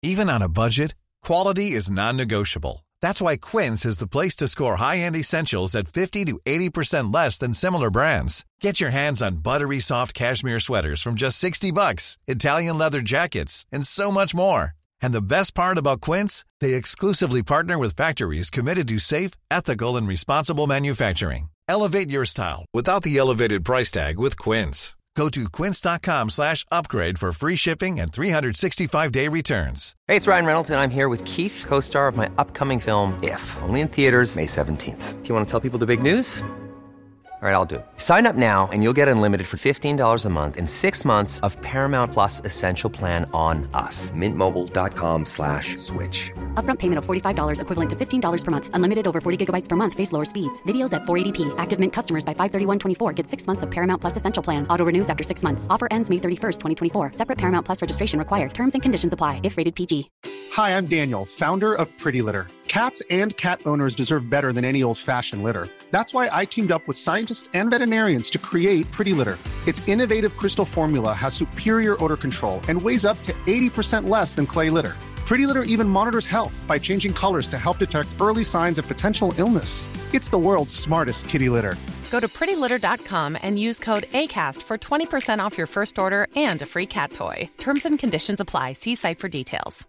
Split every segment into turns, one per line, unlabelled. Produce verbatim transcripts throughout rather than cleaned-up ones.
Even on a budget, quality is non-negotiable. That's why Quince is the place to score high-end essentials at fifty to eighty percent less than similar brands. Get your hands on buttery soft cashmere sweaters from just sixty bucks, Italian leather jackets, and so much more. And the best part about Quince, they exclusively partner with factories committed to safe, ethical, and responsible manufacturing. Elevate your style without the elevated price tag with Quince. Go to quince.com slash upgrade for free shipping and three sixty-five day returns.
Hey, it's Ryan Reynolds, and I'm here with Keith, co-star of my upcoming film, If, only in theaters May seventeenth. Do you want to tell people the big news? All right, I'll do it. Sign up now and you'll get unlimited for fifteen dollars a month and six months of Paramount Plus Essential Plan on us. Mint Mobile dot com slash switch.
Upfront payment of forty-five dollars equivalent to fifteen dollars per month. Unlimited over forty gigabytes per month. Face lower speeds. Videos at four eighty p. Active Mint customers by five thirty-one twenty-four get six months of Paramount Plus Essential Plan. Auto renews after six months. Offer ends May thirty-first, twenty twenty-four. Separate Paramount Plus registration required. Terms and conditions apply if rated P G.
Hi, I'm Daniel, founder of Pretty Litter. Cats and cat owners deserve better than any old-fashioned litter. That's why I teamed up with scientists and veterinarians to create Pretty Litter. Its innovative crystal formula has superior odor control and weighs up to eighty percent less than clay litter. Pretty Litter even monitors health by changing colors to help detect early signs of potential illness. It's the world's smartest kitty litter.
Go to pretty litter dot com and use code ACAST for twenty percent off your first order and a free cat toy. Terms and conditions apply. See site for details.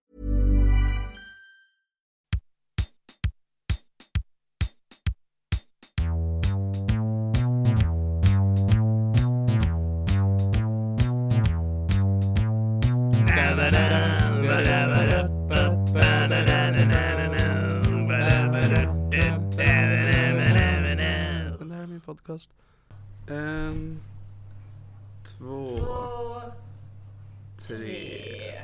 Podcast. En, två,
två
tre.
tre.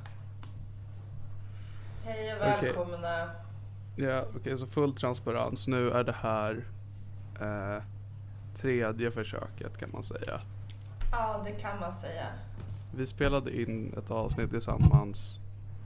Hej och välkomna.
Okay. Ja, okej, okay, så full transparens. Nu är det här eh, tredje försöket kan man säga.
Ja, det kan man säga.
Vi spelade in ett avsnitt tillsammans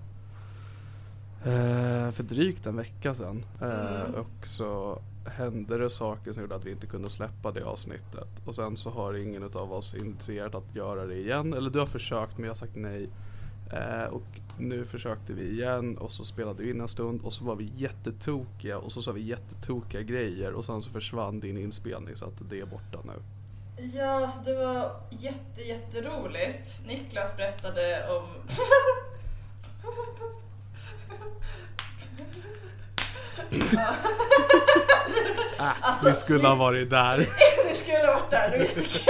eh, för drygt en vecka sedan. Eh, mm. Och så hände det saker som gjorde att vi inte kunde släppa det avsnittet. Och sen så har ingen av oss initierat att göra det igen. Eller du har försökt men jag har sagt nej. Eh, och nu försökte vi igen. Och så spelade vi in en stund. Och så var vi jättetokiga. Och så sa vi jättetokiga grejer. Och sen så försvann din inspelning så att det är borta nu.
Ja, så det var jätte, jätteroligt. Niklas berättade om...
ah, alltså, vi skulle ni, ha varit där.
Ni skulle ha varit där, du vet.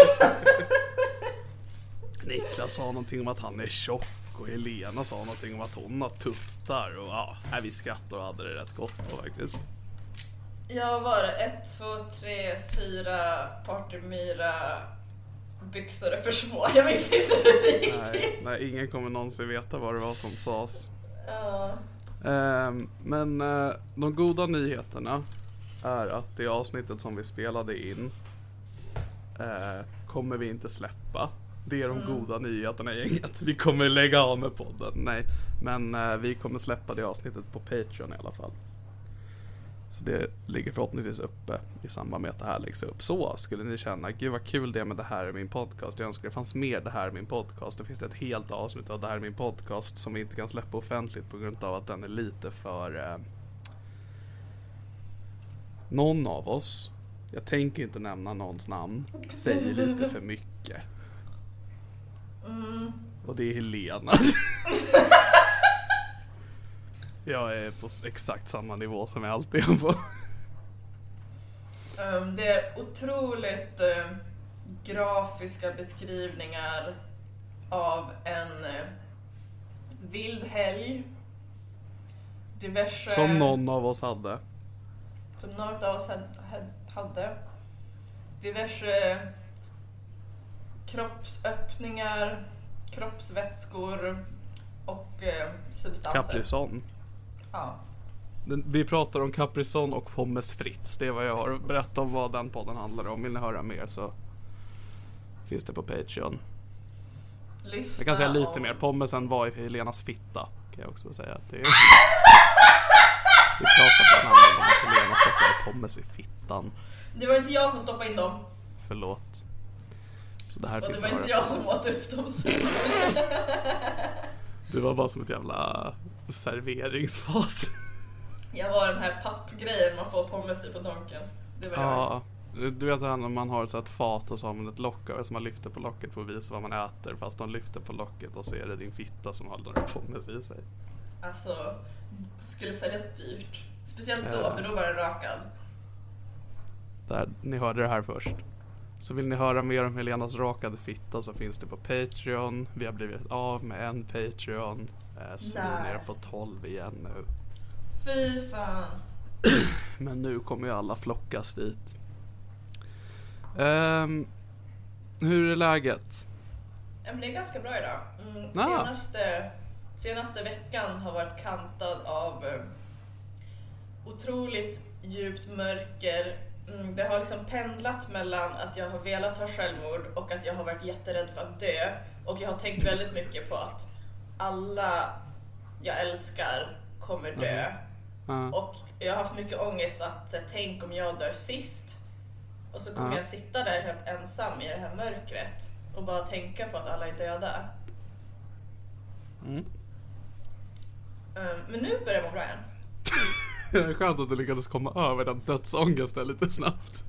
Niklas sa någonting om att han är tjock och Helena sa någonting om att hon har tuttar och ja, vi skrattade och hade det rätt gott då faktiskt.
Jag var det ett, två, tre, fyra partymyra byxor är för små. Jag visste inte riktigt.
Nej, nej, ingen kommer någonsin veta vad det var som sades.
Ja.
Um, men uh, de goda nyheterna är att det avsnittet som vi spelade in uh, kommer vi inte släppa. Det är de mm. goda nyheterna i gänget. Vi kommer lägga av med podden. Nej, men uh, vi kommer släppa det avsnittet på Patreon i alla fall. Så det ligger förhoppningsvis uppe i samband med att det här läggs upp. Så skulle ni känna, gud vad kul det är med det här i min podcast. Jag önskar det fanns mer det här i min podcast. Då finns det ett helt avsnitt av det här i min podcast som vi inte kan släppa offentligt på grund av att den är lite för... Eh, någon av oss, jag tänker inte nämna någons namn, säger lite för mycket.
Mm.
Och det är Helena. Jag är på exakt samma nivå som jag alltid är på.
Um, det är otroligt uh, grafiska beskrivningar av en uh, vild helg. Diverse...
Som någon av oss hade.
Som någon av oss hade. Diverse kroppsöppningar, kroppsvätskor och uh, substanser.
Caprison.
Ja.
Vi pratar om Caprison och pommes frites. Det är vad jag har berättat om vad den podden handlar om. Vill ni höra mer så finns det på Patreon.
Lyssna
jag kan säga lite
om...
mer. Pommesen var i Helenas fitta. Kan jag också säga att det är... Vi pratar bland annat om att Helena stoppade pommes i fittan.
Det var inte jag som stoppade in dem.
Förlåt. Så det här
och
finns
det var inte jag som åt upp dem.
Du var bara som ett jävla serveringsfat.
Jag var den här pappgrejen man får på med sig på donken. Det var
ja, jag. Du vet att man har ett sånt fat och så har man ett lock över som man lyfter på locket för att visa vad man äter. Fast de lyfter på locket och så är det din fitta som håller på med sig i sig.
Alltså, skulle säljas dyrt. Speciellt då,
ja.
för då var den rakad.
Där, ni hörde det här först. Så vill ni höra mer om Helenas rakade fitta så finns det på Patreon. Vi har blivit av med en Patreon. Eh, så
Nej.
vi är nere på tolv igen nu.
Fy fan.
Men nu kommer ju alla flockas dit. Um, hur är läget?
Ja, men det är ganska bra idag. Mm,
Ah.
senaste, senaste veckan har varit kantad av eh, otroligt djupt mörker. Mm, det har liksom pendlat mellan att jag har velat ha självmord och att jag har varit jätterädd för att dö. Och jag har tänkt väldigt mycket på att alla jag älskar kommer dö.
Mm.
Och jag har haft mycket ångest att eh, tänk om jag dör sist. Och så kommer
Ja.
jag sitta där helt ensam i det här mörkret och bara tänka på att alla är döda.
Mm.
Um, men nu börjar jag må bra igen.
Det är skönt att du lyckades komma över den dödsångesten lite snabbt.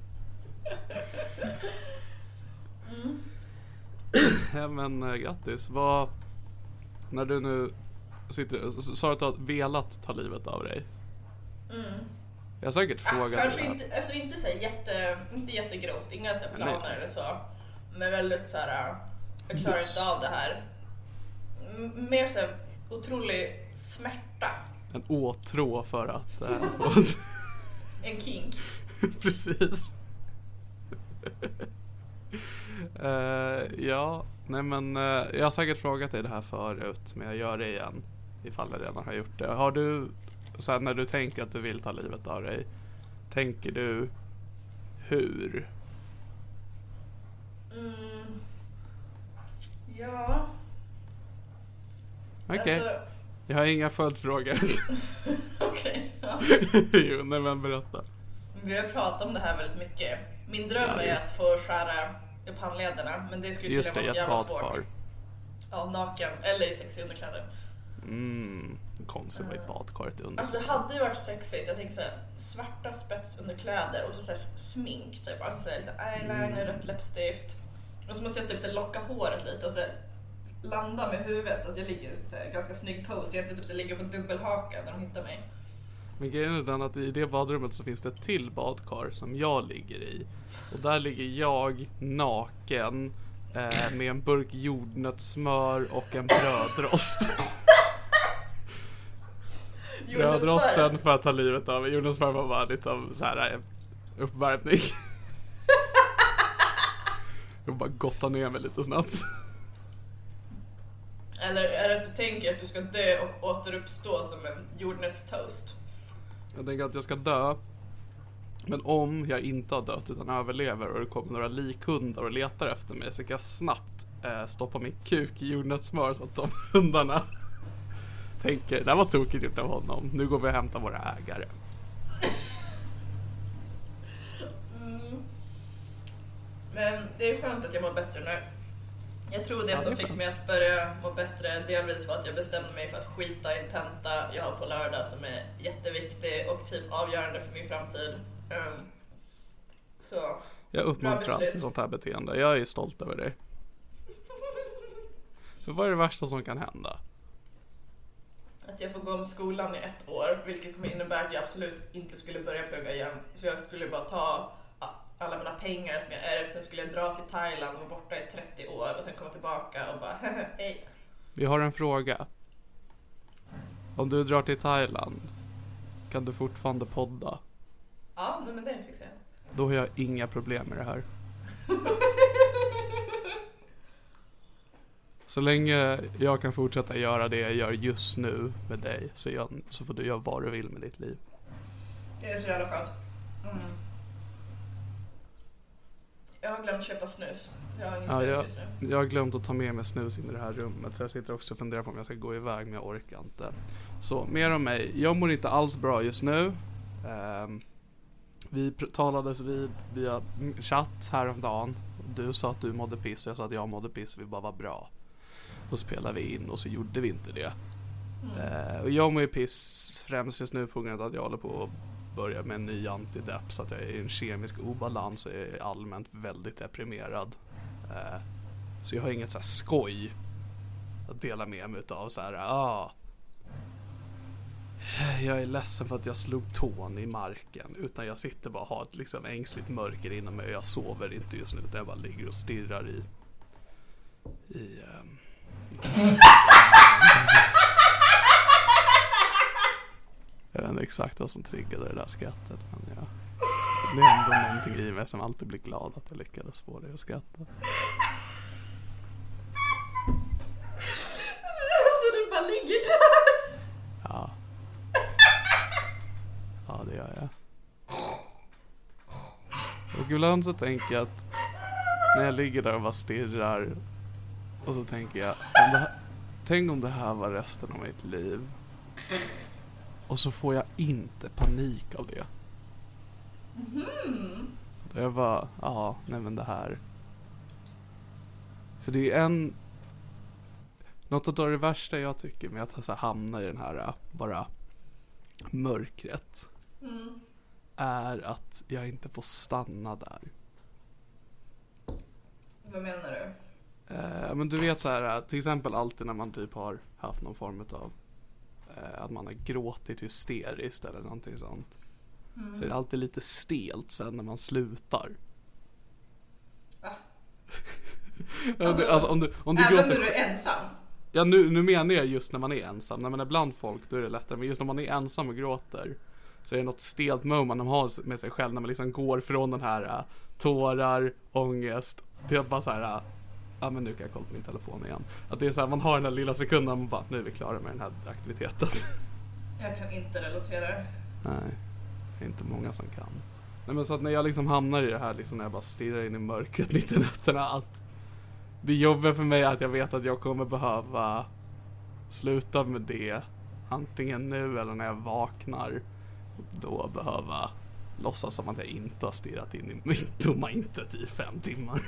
Mm.
Ja, men äh, grattis. Vad, när du nu sitter, sa du att du har velat ta livet av dig?
Mm.
Jag har säkert
Ah,
frågat
kanske
det här.
inte, alltså inte så här jätte, inte jättegrovt, inga så här
Nej.
planer eller så. Men väldigt så här, jag klarar
Yes.
inte av det här. M- mer så här, otrolig smärta.
En åtrå för att äh, få ett-
En kink.
precis. uh, ja, nej men uh, jag har säkert frågat dig det här förut, men jag gör det igen ifall jag redan har gjort det. Har du, så här, när du tänker att du vill ta livet av dig, tänker du hur?
Mm. Ja.
Okej,
Alltså,
jag har inga följdfrågor.
okej. Ja.
Jo, nej men berätta.
Vi har pratat om det här väldigt mycket. Min dröm
Ja,
är
jo.
att få skära upp handlederna, men det skulle
Just
tydligen
det,
vara
i
så
ett
jävla
badkar.
svårt. Ja, naken eller i sexiga underkläder.
Mm, konstigt med ett badkaret under.
Alltså det hade ju varit sexigt. Jag tänker såhär, svarta spetsunderkläder och så såhär smink typ. Alltså såhär, lite eyeliner, rött läppstift. Och så måste jag typ såhär, locka håret lite och så landa med huvudet så att jag ligger i såhär, ganska snygg pose. Jag inte typ såhär, ligger och får dubbelhaka när de hittar mig.
Men grejen är den att i det badrummet så finns det ett till badkar som jag ligger i. Och där ligger jag naken eh, med en burk jordnötssmör och en brödrost. Brödrosten för att ta livet av mig. Jordnötssmör var bara liksom så här eh, uppvärmning. Jag bara gotta ner mig lite snabbt.
Eller är det att du tänker att du ska dö och återuppstå som en jordnötstoast?
Jag tänker att jag ska dö. Men om jag inte har dött utan överlever och det kommer några likhundar och letar efter mig, så kan jag snabbt eh, stoppa min kuk i jordnötssmör så att de hundarna tänker, det här var tokigt gjort av honom. Nu går vi och hämtar våra ägare.
Mm. Men det är skönt att jag mår bättre nu. Jag tror det
Ja,
som
det är
fick
skönt.
mig att börja må bättre delvis var att jag bestämde mig för att skita i en tenta jag har på lördag som är jätteviktig och typ avgörande för min framtid. Um, så
Jag
Bra
uppmuntrar
beslut.
alltid sånt här beteende. Jag är stolt över dig. Så vad är det värsta som kan hända?
att jag får gå om skolan i ett år, vilket kommer innebära att jag absolut inte skulle börja plugga igen. Så jag skulle bara ta alla mina pengar som jag ärvt, sen skulle jag dra till Thailand och vara borta i trettio år och sen komma tillbaka och bara hej.
Vi har en fråga. Om du drar till Thailand, kan du fortfarande podda?
Ja, men det fixar jag.
Då har jag inga problem med det här. Så länge jag kan fortsätta göra det jag gör just nu med dig, så, jag, så får du göra vad du vill med ditt liv.
Det är så jävla skönt. Mm. Jag har glömt köpa snus. Så jag har ingen
Ja,
snus
jag,
just nu.
jag har glömt att ta med mig snus in i det här rummet, så jag sitter också och funderar på om jag ska gå iväg, men jag orkar inte. Så, mer om mig. Jag mår inte alls bra just nu. Um, vi pr- talades vid via chatt häromdagen. Du sa att du mådde piss, jag sa att jag mådde piss, vi bara var bra. Då spelade vi in och så gjorde vi inte det.
Mm.
Eh, och jag mår ju piss främst just nu på grund av att jag håller på att börja med en ny antidepp, så att jag är i en kemisk obalans och är allmänt väldigt deprimerad. Eh, så jag har inget så här skoj att dela med mig utav så här, ah, jag är ledsen för att jag slog tån i marken, utan jag sitter bara och har ett liksom ängsligt mörker inom mig och jag sover inte just nu, utan jag bara ligger och stirrar i i um, jag vet inte exakt vad som triggade det där skrattet, men jag, det är ändå någonting i mig som alltid blir glad att jag lyckades få det att skratta.
Så du bara ligger där?
Ja. Ja, det gör jag. Och ibland så tänker jag att när jag ligger där och bara stirrar, och så tänker jag, om det här, tänk om det här var resten av mitt liv. Och så får jag inte panik av det.
Mm.
Jag bara, ja, nej men det här. För det är en... Något av det värsta jag tycker med att så här, hamna i den här bara mörkret
Mm.
är att jag inte får stanna där.
Vad menar du?
Eh, men du vet så här, till exempel alltid när man typ har haft någon form av eh, att man har gråtit hysteriskt eller någonting sånt. Mm. Så är det alltid lite stelt sen när man slutar.
Va?
alltså, alltså, om du, om du
även
gråter...
när du är ensam?
Ja, nu, nu menar jag just när man är ensam. När man är bland folk då är det lättare. Men just när man är ensam och gråter så är det något stelt moment man har med sig själv. När man liksom går från den här uh, tårar, ångest till att bara så här, ja uh, men nu kan jag kolla på min telefon igen. Att det är så här, man har den här lilla sekunden man bara, nu är vi klara med den här aktiviteten.
Jag kan inte relatera.
Nej, det är inte många som kan. Nej, men så att när jag liksom hamnar i det här liksom, när jag bara stirrar in i mörkret mitt i nätterna, att det jobbar för mig att jag vet att jag kommer behöva sluta med det antingen nu eller när jag vaknar, och då behöva låtsas som att jag inte har stirrat in i mitt tomma intet i fem timmar.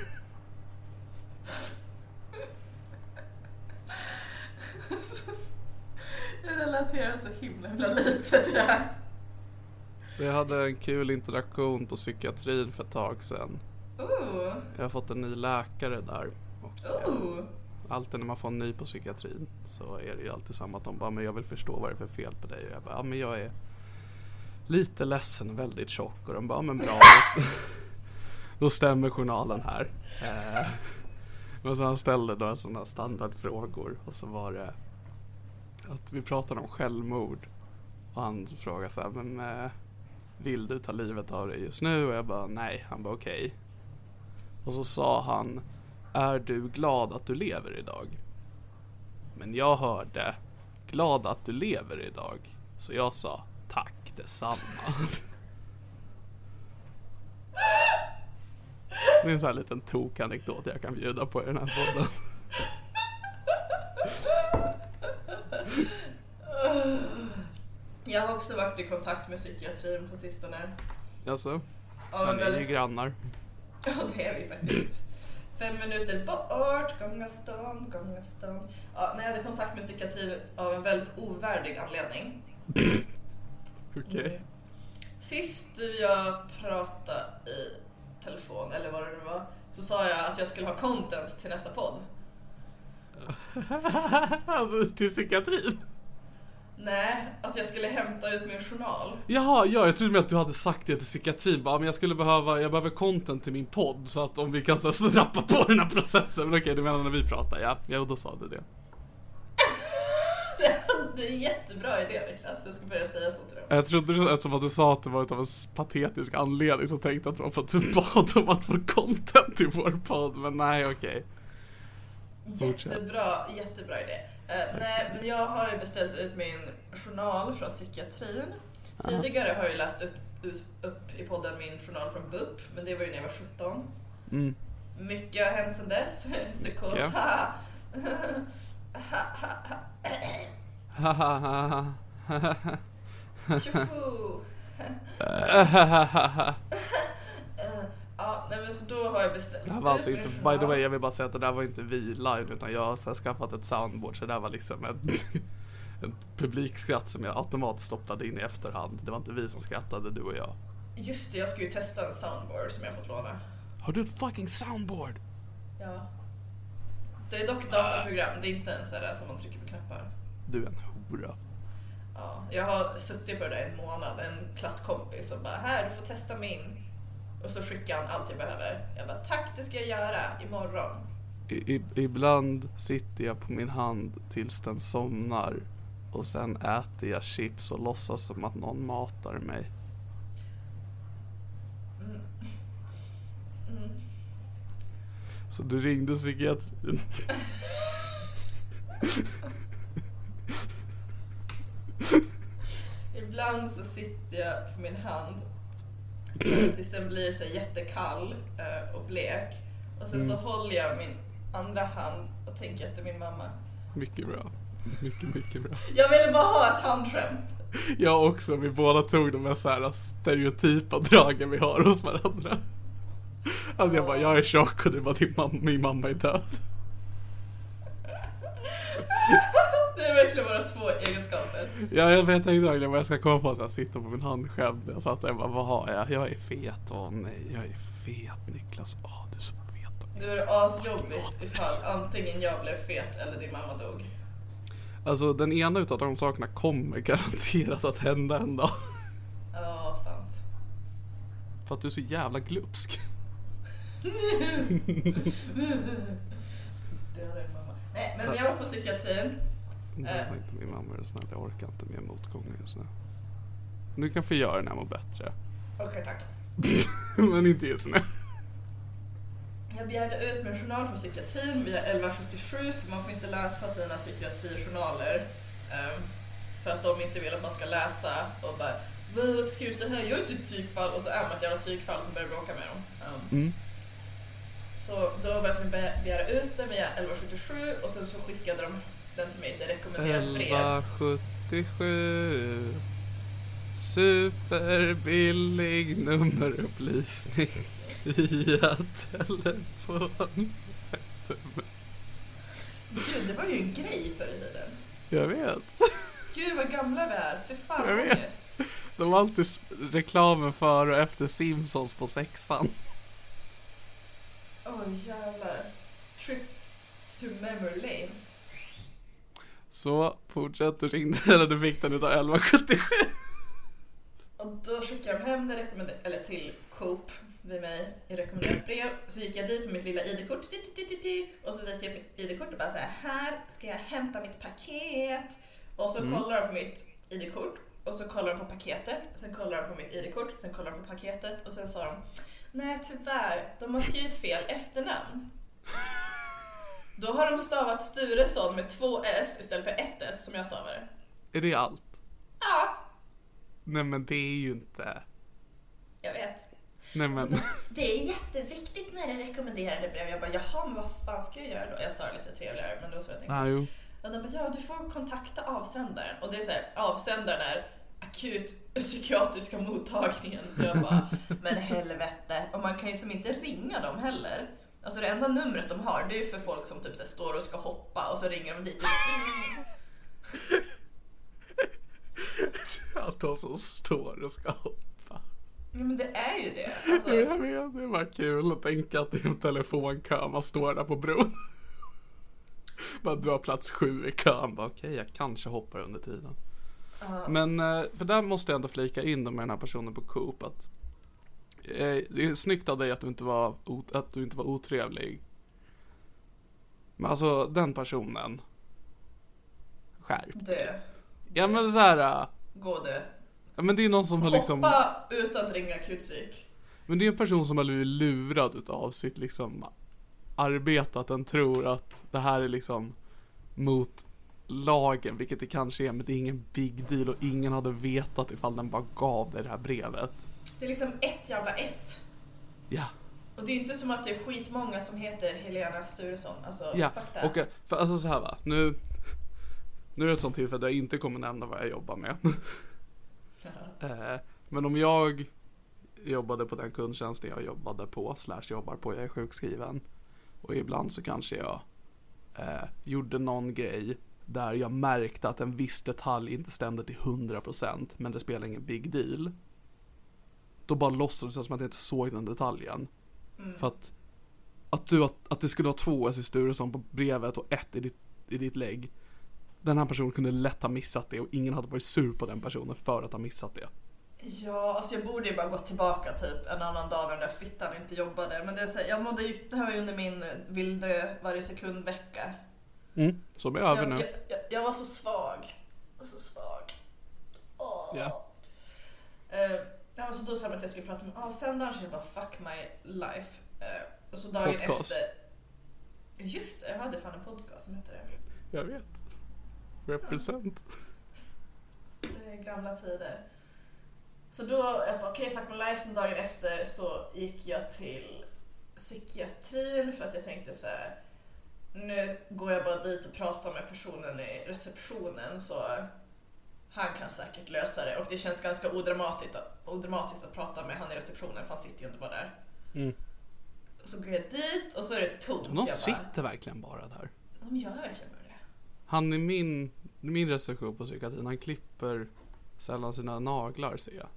Jag relaterar så himla, himla lite till det här.
Jag hade en kul interaktion på psykiatrin för ett tag sedan.
Uh.
Jag har fått en ny läkare där. Och,
uh.
eh, alltid när man får en ny på psykiatrin så är det ju alltid samma att de bara, men jag vill förstå vad det är för fel på dig. Och jag bara, ja men jag är lite ledsen och väldigt tjock. Och de bara, men bra, då stämmer journalen här. Eh, men så han ställde några sådana standardfrågor. Och så var det att vi pratade om självmord. Och han frågade så här, men eh, vill du ta livet av dig just nu? Och jag bara, nej. Han bara, okej. Okay. Och så sa han, är du glad att du lever idag? Men jag hörde, glad att du lever idag. Så jag sa, tack detsamma. Det är en sån här liten tokanekdot jag kan bjuda på i den här podden.
Jag har också varit i kontakt med psykiatrin på sistone.
Alltså?
Ja,
men
väl...
är ju grannar.
Ja, det är vi faktiskt. Fem minuter bort, gånga stan, gånga stan. Ja, när jag hade kontakt med psykiatrin av en väldigt ovärdig anledning.
Okej. Okay.
Mm. Sist jag pratade i telefon, eller vad det nu var, så sa jag att jag skulle ha content till nästa podd.
Alltså till psykiatrin?
Nej, att jag skulle hämta ut min journal.
Jaha, ja, jag trodde med att du hade sagt det till psykiatrin. Bara, men jag skulle behöva, jag behöver content till min podd. Så att om vi kan så rappa på den här processen. Men okej, du menar när vi pratar. Ja, ja då sa du det.
Det är en jättebra idé, Niklas. Jag ska börja säga så till dem.
Jag trodde, eftersom att du sa att det var av en patetisk anledning, så tänkte jag att det var för att du bad om att få content till vår podd. Men nej, okej.
Jättebra, jättebra idé. Uh, nej, men jag har ju beställt ut min journal från psykiatrin. Aha. Tidigare har jag läst upp, upp, upp i podden min journal från B U P, men det var ju när jag var sjutton. Mm. Mycket har hänt sedan dess. Psykos. Okay. Tjoho. uh, ja, nej, men så då har jag beställt.
Det här var alltså inte, by the way, jag vill bara säga att det där var inte vi live, utan jag har så här skaffat ett soundboard, så det där var liksom ett, en publikskratt som jag automatiskt stoppade in i efterhand. Det var inte vi som skrattade, du och jag.
Just det, jag ska ju testa en soundboard som jag fått låna.
Har du ett fucking soundboard?
Ja. Det är dock ett dataprogram, det är inte ens det som man trycker på knappar.
Du är en hora.
Ja, jag har suttit på det där en månad, en klasskompis som bara, här, du får testa min. Och så skickar han allt jag behöver. Jag bara, tack, det ska jag göra imorgon.
I, i, ibland sitter jag på min hand tills den somnar. Och sen äter jag chips och låtsas som att någon matar mig.
Mm. Mm.
Så du ringde psykiatrin.
Ibland så sitter jag på min hand tills den blir så jättekall och blek. Och sen mm. så håller jag min andra hand och tänker att det är min mamma.
Mycket bra. Mycket, mycket bra.
Jag ville bara ha ett handskämt.
Jag också. Vi båda tog de här, så här stereotypa dragen vi har hos varandra. Alltså jag bara, jag är tjock och det var din mamma, min mamma är död.
Det är verkligen bara två egenskaper.
Ja, jag vet inte vad jag ska komma på, att jag sitter på min hand själv. Jag satt där och bara, vad har jag? Jag är fet. Åh nej, jag är fet, Niklas. Åh, du är så fet.
Det var asjobbigt ifall antingen jag blev fet eller din mamma dog.
Alltså, den ena utav de sakerna kommer garanterat att hända en dag.
Ja, sant.
För att du är så jävla glupsk.
Döda din mamma. Nej, men jag var på psykiatrin.
Det var inte min mamma, är snäll. Jag orkar inte mer motgångar just nu. Du kan få göra när jag mår bättre.
Okej, okay, tack.
Men inte just nu.
Jag begärde ut min journal från psykiatrin via elva sjuttiosju, för man får inte läsa sina psykiatrijournaler. Um, för att de inte vill att man ska läsa och bara, vad skriver så här? Jag är inte ett psykfall. Och så är man ett jävla psykfall som börjar bråka med dem. Um,
mm.
Så då var jag be- begära ut den via elva sjuttiosju och sen så skickade de den till mig, så jag rekommenderar brev.
elva sjuttiosju superbillig nummerupplysning via telefon.
Gud, det var ju en grej förr i tiden.
Jag vet.
Gud, vad gamla vi är. För fan,
jag vet.
Just.
De var alltid reklamen för och efter Simpsons på sexan.
Oj, oh, jävlar. Trip to memory lane.
Så, fortsätt, du ringde eller du fick den utav elva sjuttiosju.
Och då skickade de hem det rekommender- eller till Coop vid mig i rekommenderat brev. Så gick jag dit med mitt lilla I D-kort. Och så visade jag mitt I D-kort och bara så här, här ska jag hämta mitt paket. Och så mm. kollar de på mitt I D-kort. Och så kollar de på paketet. Sen kollar de på mitt I D-kort. Sen kollar de på paketet. Och sen sa de, nej tyvärr, de har skrivit fel efternamn. Då har de stavat Sturesson med två S istället för ett S som jag stavade.
Är det allt?
Ja.
Nej men det är ju inte.
Jag vet.
Nej men.
Det är jätteviktigt när det rekommenderade brev. Jag bara, jaha, men vad fan ska jag göra då? Jag sa det lite trevligare, men då så jag tänkte.
Ah, jo.
Och de bara, ja du får kontakta avsändaren. Och det är så här, avsändaren är akut psykiatriska mottagningen. Så jag bara, men helvete. Och man kan ju som inte ringa dem heller. Alltså det enda numret de har, det är ju för folk som typ så här, står och ska hoppa. Och så ringer de dit.
Att de som står och ska hoppa.
Ja men det är ju det. Alltså.
Jag vet, det var kul att tänka att det är en telefonkö. Man står där på bron. Bara du har plats sju i kön. Okej, okay, jag kanske hoppar under tiden. Uh. Men för där måste jag ändå flika in med den här personen på Coop att eh, det är snyggt av dig att du inte var att du inte var otrevlig. Men alltså den personen skärp.
Dö.
Ja men så här.
Gå dö.
Ja men det är någon som har liksom
hoppa utan att ringa akutpsyk.
Men det är en person som har blivit lurad utav sitt liksom arbete, att den tror att det här är liksom mot lagen, vilket det kanske är, men det är ingen big deal och ingen hade vetat ifall den bara gav dig det här brevet.
Det är liksom ett jävla S.
Ja.
Och det är inte som att det är skitmånga som heter Helena Sturesson. Alltså,
ja, och för alltså så här va, nu nu är det ett sånt tillfälle där jag inte kommer nämna vad jag jobbar med. eh, men om jag jobbade på den kundtjänsten jag jobbade på, slash jobbar på, jag är sjukskriven. Och ibland så kanske jag eh, gjorde någon grej där jag märkte att en viss detalj inte stämde till hundra procent, men det spelar ingen big deal. Då bara låtsades det som att jag inte såg den detaljen. Mm. För att att, du, att att det skulle vara två S i Sturesson på brevet och ett i ditt, i ditt lägg. Den här personen kunde lätt ha missat det, och ingen hade varit sur på den personen för att ha missat det.
Ja, alltså jag borde ju bara gå tillbaka typ en annan dag när den där fittan inte jobbade. Men det är så här, jag mådde ju, det här var ju under min vill dö varje sekund vecka.
Mm, som är över
jag,
nu.
Jag, jag, jag var så svag. Och så svag. Åh.
Yeah.
Uh, ja, så då sa jag att jag skulle prata med, ah, söndagen så jag bara fuck my life. Uh, och så dagen
podcast.
Efter. Just det, jag hade fan en podcast som heter det.
Jag vet. Represent.
Ja. Det är gamla tider. Så då, jag bara okej, okay, fuck my life. Sen dagen efter så gick jag till psykiatrin för att jag tänkte så här, nu går jag bara dit och pratar med personen i receptionen så han kan säkert lösa det. Och det känns ganska odramatiskt, odramatiskt att prata med han i receptionen, för han sitter ju inte bara där. Mm. Så går jag dit och så är det tomt.
De sitter bara, verkligen bara där.
De gör verkligen bara det.
Han är min, min reception på psykiatrin, han klipper sällan sina naglar, ser jag.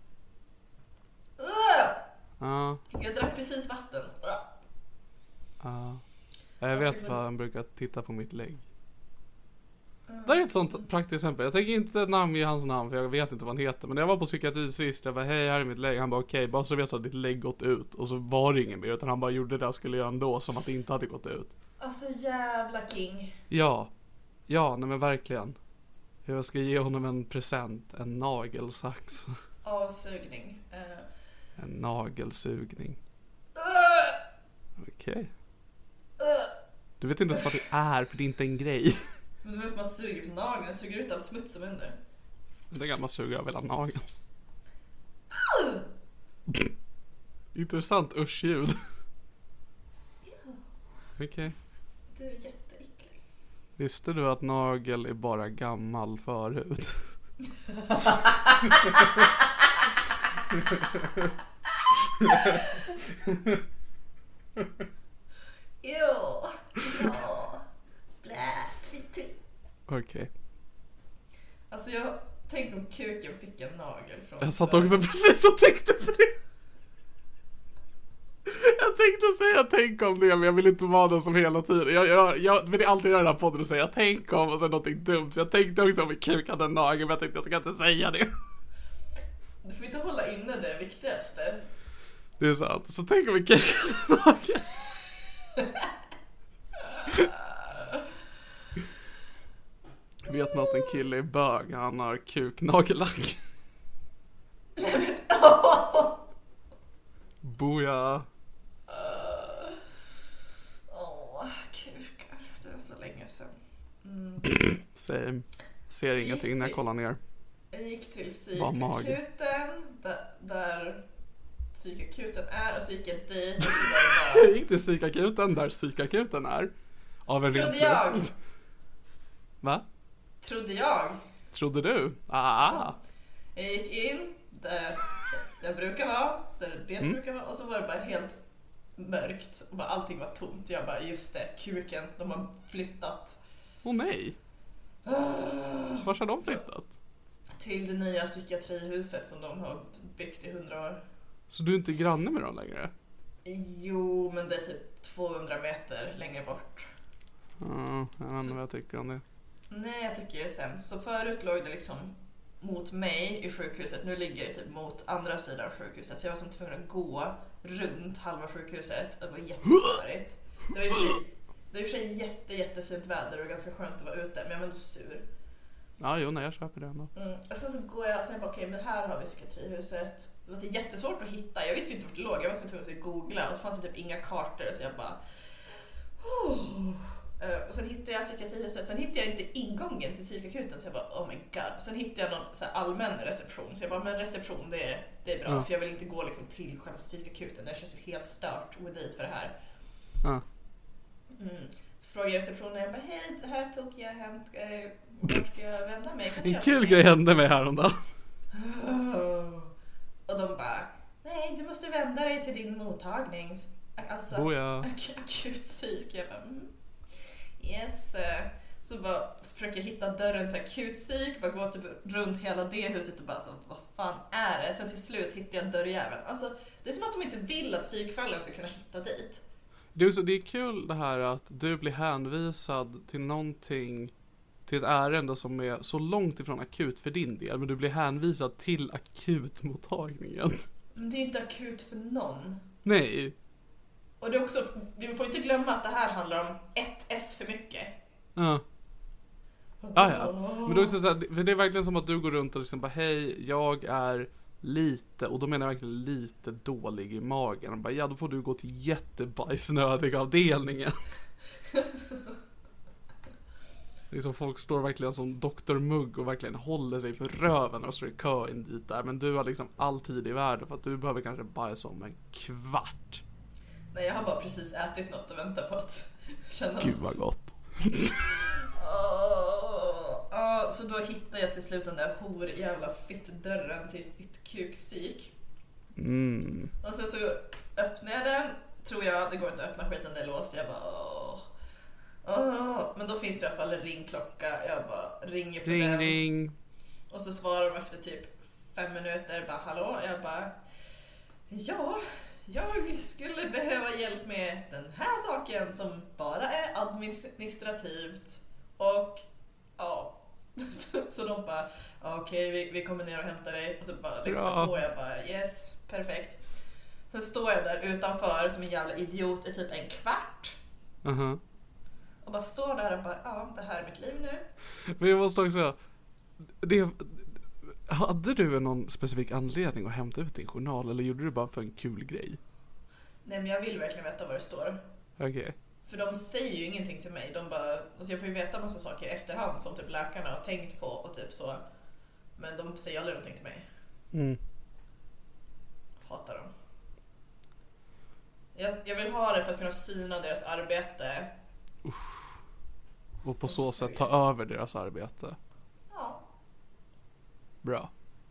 Ja. Uh.
Jag drack precis vatten.
Ja. Uh. Jag vet vad han brukar titta på mitt lägg. Mm. Det är ett sånt praktiskt exempel. Jag tänker inte namnge hans namn för jag vet inte vad han heter. Men när jag var på psykiatrin sist, jag bara hej, här är mitt lägg. Han bara okej, okay, bara så vet jag att ditt lägg gått ut. Och så var det ingen mer, utan han bara gjorde det jag skulle göra ändå, som att det inte hade gått ut.
Alltså jävla king.
Ja, ja, nej men verkligen. Jag ska ge honom en present, en nagelsax.
Avsugning. Uh.
En nagelsugning.
Uh.
Okej. Okay. Du vet inte ens vad det är, för det är inte en grej.
Men du vet att man suger på nageln, jag suger ut all smuts som under.
Det kan man suga av hela nageln. uh. Intressant usch-ljud.
Ja.
Okej. Okay.
Du är jätteäcklig.
Visste du att nagel är bara gammal förhud?
Jo. Ja. Blä. Tvitt, tvitt.
Okej. Okay.
Alltså jag tänkte om kuken fick en nagel från.
Jag satt också precis och tänkte på det. Jag tänkte säga tänk om det, men jag vill inte vara den som hela tiden. Jag, jag, jag vill alltid göra den här podden och säga tänk om och så någonting dumt. Så jag tänkte också om min kuk hade en nagel, men jag tänkte jag ska inte säga det.
Du får inte hålla inne det viktigaste.
Det är sant. Så tänk om min kuk hade en nagel. Vet man att en kille är bög, han har kuknagellack. Boja.
Åh, uh, kukar. Det var så länge sedan. Mm.
Same. Ser ingenting till, när jag kollar ner.
Jag gick till psykakuten där, där psykakuten är, och så gick jag dit och så där bara...
Jag gick till psykakuten där psykakuten är. Av en
Trodde jag.
Va?
Trodde jag.
Trodde du? Ah.
Ja. Jag gick in där jag brukar vara, där det mm. brukar vara, och så var det bara helt mörkt och bara allting var tomt. Jag bara, just det, kuken, de har flyttat.
Åh oh, nej. Uh. Var har de flyttat?
Till det nya psykiatrihuset som de har byggt i hundra år.
Så du är inte granne med dem längre?
Jo, men det är typ tvåhundra meter längre bort.
Ja, jag vet inte vad jag tycker om det.
Nej, jag tycker det är sämst. Så förut låg det liksom mot mig i sjukhuset. Nu ligger det typ mot andra sidan av sjukhuset. Så jag var som tvungen att gå runt halva sjukhuset. Det var jättesvårigt. Det var ju det var i och för sig jätte, jättefint väder och ganska skönt att vara ute. Men jag var ändå så sur.
Ja, jo, nej, jag köper det ändå.
Mm. Och sen så går jag och sen bara, okej, okay, men här har vi psykiatrihuset. Det var så jättesvårt att hitta. Jag visste ju inte vart det låg. Jag var så tvungen att googla. Och så fanns det typ inga kartor. Så jag bara... Oh. Uh, och sen hittade jag psykiatrihuset. Sen hittade jag inte ingången till psykakuten. Så jag bara, oh my god. Sen hittade jag någon så här allmän reception. Så jag bara, men reception, det är, det är bra. Mm. För jag vill inte gå liksom till själva psykakuten. Det känns ju helt stört att gå dit för det här.
Mm.
Mm. Så frågade jag receptionen. Jag bara, hej, det här tog jag hänt. Eh, vart ska jag vända mig? Kan
en kul grej hände mig häromdagen.
Och de bara, nej, du måste akutmottagning. Alltså
Boja.
ak- akut psyk. Jag bara, mm. Yes. Så bara försöker jag hitta dörren till akut psyk. Bara gå typ runt hela det huset och bara så, vad fan är det? Sen till slut hittar jag en dörrjävel. Alltså, det är som att de inte vill att psykfallen ska kunna hitta dit.
Det är, så, det är kul det här att du blir hänvisad till någonting, till ett ärende som är så långt ifrån akut för din del, men du blir hänvisad till akutmottagningen.
Men det är inte akut för någon.
Nej.
Och det är också, vi får inte glömma att det här handlar om ett S för mycket.
Ja. Ah, ja. Men då är det så här, för det är verkligen som att du går runt och liksom bara, hej, jag är lite, och då menar jag verkligen lite dålig i magen. Och bara, ja, då får du gå till jättebajsnödig avdelningen. Liksom folk står verkligen som doktor Mugg och verkligen håller sig för röven och står i kö in dit där. Men du har liksom all tid i världen för att du behöver kanske bajsa om en kvart.
Nej, jag har bara precis ätit något och väntar på att känna
Gud
något.
vad gott.
Oh, oh, så då hittar jag till slut den där hor jävla fitt-dörren till fitt-kuk-psyk.
Mm.
Och sen så öppnar jag den. Tror jag, det går inte att öppna skiten, det är låst. Jag bara åh. Oh. Men då finns det i alla fall en ringklocka. Jag bara ringer på
ring,
den.
Ring.
Och så svarar de efter typ fem minuter. Bara hallå. Jag bara ja, jag skulle behöva hjälp med den här saken som bara är administrativt. Och ja. Så de bara okej, okay, vi, vi kommer ner och hämtar dig. Och så bara liksom på. Jag bara yes, perfekt. Sen står jag där utanför som en jävla idiot i typ en kvart.
Uh-huh.
Och bara står där och bara, ja, det här är mitt liv nu.
Men jag måste också säga, det, hade du någon specifik anledning att hämta ut din journal, eller gjorde du bara för en kul grej?
Nej, men jag vill verkligen veta vad det står.
Okej. Okay.
För de säger ju ingenting till mig. De bara, alltså jag får ju veta massa saker i efterhand som typ läkarna har tänkt på och typ så. Men de säger aldrig någonting till mig.
Mm.
Hatar dem. Jag, jag vill ha det för att kunna syna deras arbete.
Uff. Och på så sätt ta över deras arbete.
Ja.
Bra.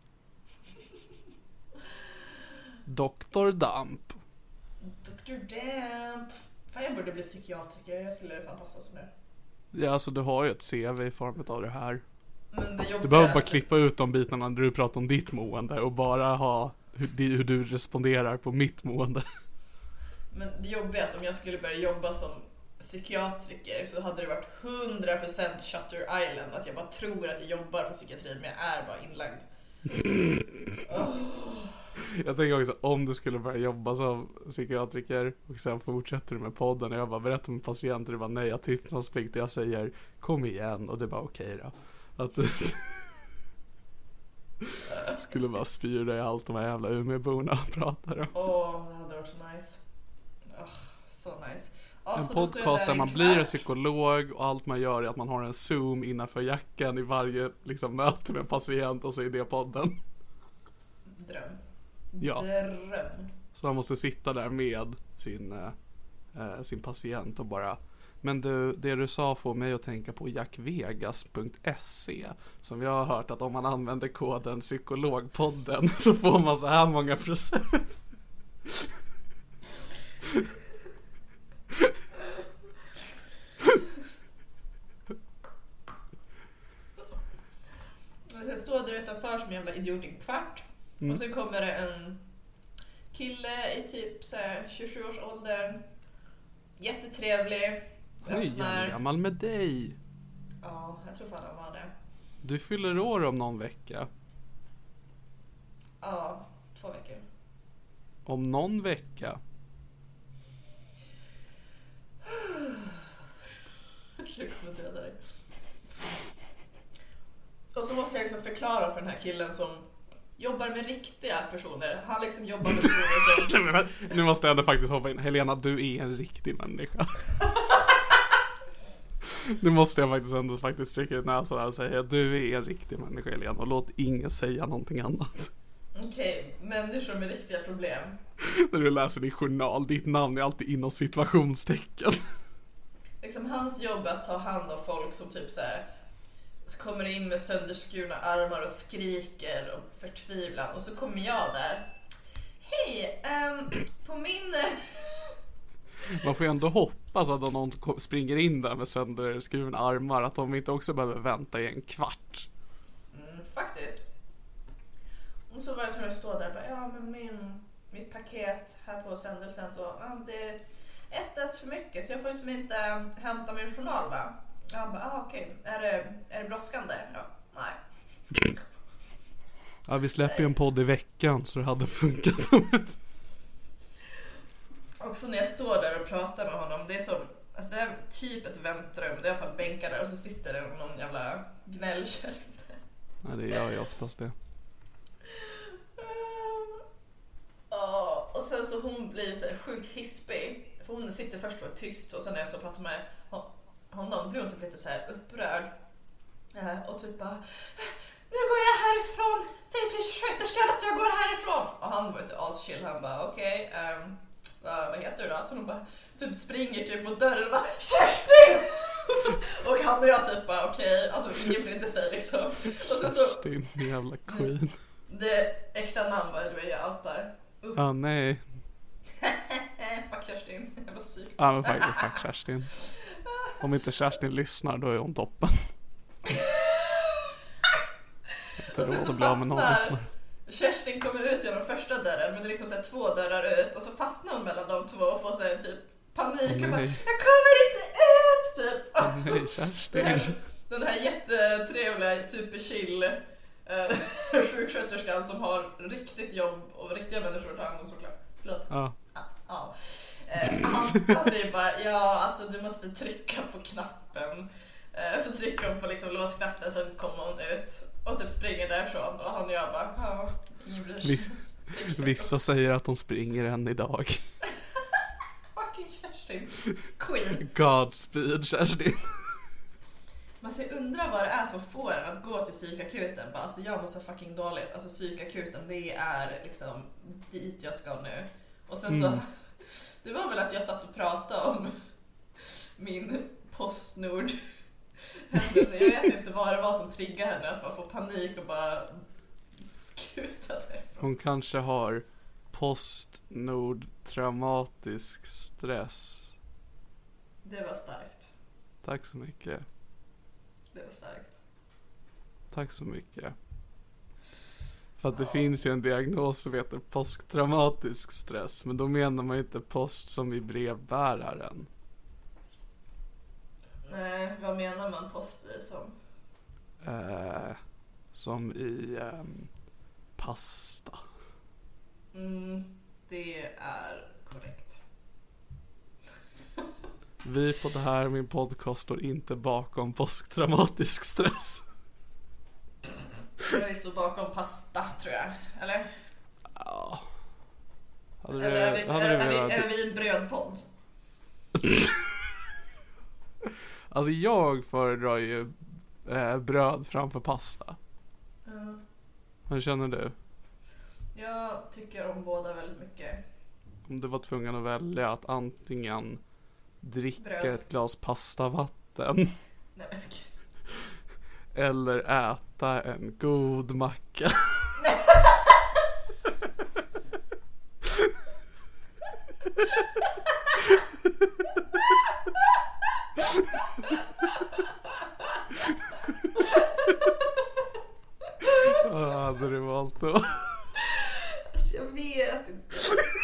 doktor Damp.
doktor Damp. Fan, jag borde bli psykiatriker. Jag skulle fan passa som det.
Ja, alltså du har ju ett C V i form av det här.
Men det
du behöver bara klippa ut de bitarna när du pratar om ditt mående och bara ha hur, hur du responderar på mitt mående. Men
det jobbiga är att om jag skulle börja jobba som psykiatriker så hade det varit hundra procent Shutter Island. Att jag bara tror att jag jobbar på psykiatrin, men jag är bara inlagd. Oh.
Jag tänker också, om du skulle börja jobba som psykiatriker och sen fortsätter du med podden och jag bara berättar med patienter och bara nej, jag tystnadsplikt och jag säger kom igen och det var okej då. Att du skulle bara spyra i allt de här jävla Umeåborna pratar om.
Åh, oh, det hade varit så nice. Oh, så nice. Oh,
en
så
podcast där, där man blir en psykolog och allt man gör är att man har en zoom innanför jackan i varje liksom, möte med en patient och så är det podden.
Dröm.
Ja.
Dröm.
Så man måste sitta där med sin, äh, sin patient och bara men du, det du sa får mig att tänka på jackvegas punkt se som vi har hört att om man använder koden psykologpodden så får man så här många procent.
Jag står där utanför som en jävla idiot i en kvart. Mm. Och sen kommer det en kille i typ så här tjugosju års åldern. Jättetrevlig.
Nu är jag gammal med dig.
Ja, jag tror fan han var det.
Du fyller år om någon vecka.
Ja, två veckor.
Om någon vecka.
Jag kommer inte rädda dig. Och så måste jag liksom förklara för den här killen som jobbar med riktiga personer. Han liksom jobbar med personer som...
Nu måste jag ändå faktiskt hoppa in. Helena, du är en riktig människa. Nu måste jag faktiskt ändå faktiskt stryka ut näsan och säga att du är en riktig människa, Helena. Och låt ingen säga någonting annat.
Okej, okay, människor med riktiga problem.
När du läser din journal, ditt namn är alltid inom situationstecken.
Liksom hans jobb är att ta hand om folk som typ så här kommer in med sönderskurna armar och skriker och förtvivlan. Och så kommer jag där. Hej, um, på min...
Man får ju ändå hoppas att om någon springer in där med sönderskurna armar att de inte också behöver vänta i en kvart.
Mm, faktiskt. Och så var jag tvungen att stå där och bara, ja men min, mitt paket här på sändelsen så, ja, det är ett S för mycket så jag får ju som inte hämta min journal va. Och han bara, ah, okej, okay. är, det, är det brådskande? Ja, nej.
Ja, vi släpper ju en podd i veckan så det hade funkat om ett...
Också när jag står där och pratar med honom, det är som, alltså det är typ ett väntrum, det är i alla fall bänkar där och så sitter det någon jävla gnällkärring där.
Nej, det gör ju oftast det.
Ja, och sen så hon blir så här sjukt hispig, för hon sitter först och var tyst och sen när jag står och pratar med honom blir hon typ lite så här upprörd och typ bara, nu går jag härifrån, säg till sköterskan att jag går härifrån. Och han var ju så aschill, han bara okej, okay, um, vad, vad heter du då? Så hon bara typ springer typ mot dörren och bara Kerstin! Och han och jag typ bara okej, okay. Alltså ingen brydde sig liksom. Och sen så
Kerstin, jävla queen.
Det äkta namn var du är jag outar.
Ja ah, nej.
Fuck Kerstin, jag var psyk.
Ja men fuck, fuck Kerstin. Om inte Kerstin lyssnar då är hon toppen.
Och sen så fastnar Kerstin kommer ut genom första dörren, men det är liksom så här två dörrar ut och så fastnar hon mellan de två och får så här typ panik och bara, jag kommer inte ut typ.
Oh, nej, Kerstin.
Den här jättetrevliga superchill eh, sjuksköterskan som har riktigt jobb och riktiga människor att ta hand om såklart. Förlåt.
Ja.
Ja, ja. Eh, han, han säger bara, ja alltså du måste trycka på knappen. Eh, så trycker hon på liksom låsknappen, så kommer hon ut och typ springer därifrån och han och jag bara, ja, ingen bryr sig.
Vissa säger att de springer än idag.
Fucking Kerstin. Queen.
Godspeed Kerstin.
Man ska undra vad det är som får en att gå till psykakuten. Bara, alltså jag mår så fucking dåligt. Alltså psykakuten, det är liksom dit jag ska nu. Och sen så, mm. det var väl att jag satt och pratade om min Postnord händelse. Jag vet inte vad det var som triggade henne att bara få panik och bara skuta därifrån.
Hon kanske har postnord traumatisk stress.
Det var starkt.
Tack så mycket.
Det var starkt.
Tack så mycket. För att det ja. finns ju en diagnos som heter posttraumatisk stress. Men då menar man ju inte post som i brevbäraren.
Nej, vad menar man post i som?
Eh, som i eh, pasta.
Mm, det är korrekt.
Vi på det här, min podcast, står inte bakom posttraumatisk stress.
Jag står bakom pasta, tror jag. Eller?
Ja. Hade
Eller är vi, hade är, är, vi, är vi en brödpodd?
Alltså jag föredrar ju eh, bröd framför pasta.
Mm.
Hur känner du?
Jag tycker om båda väldigt mycket.
Om du var tvungen att välja att antingen dricka bröd. Ett glas pastavatten.
Nej men gud.
Eller äta en god macka. Vad hade du valt då?
Alltså jag vet inte.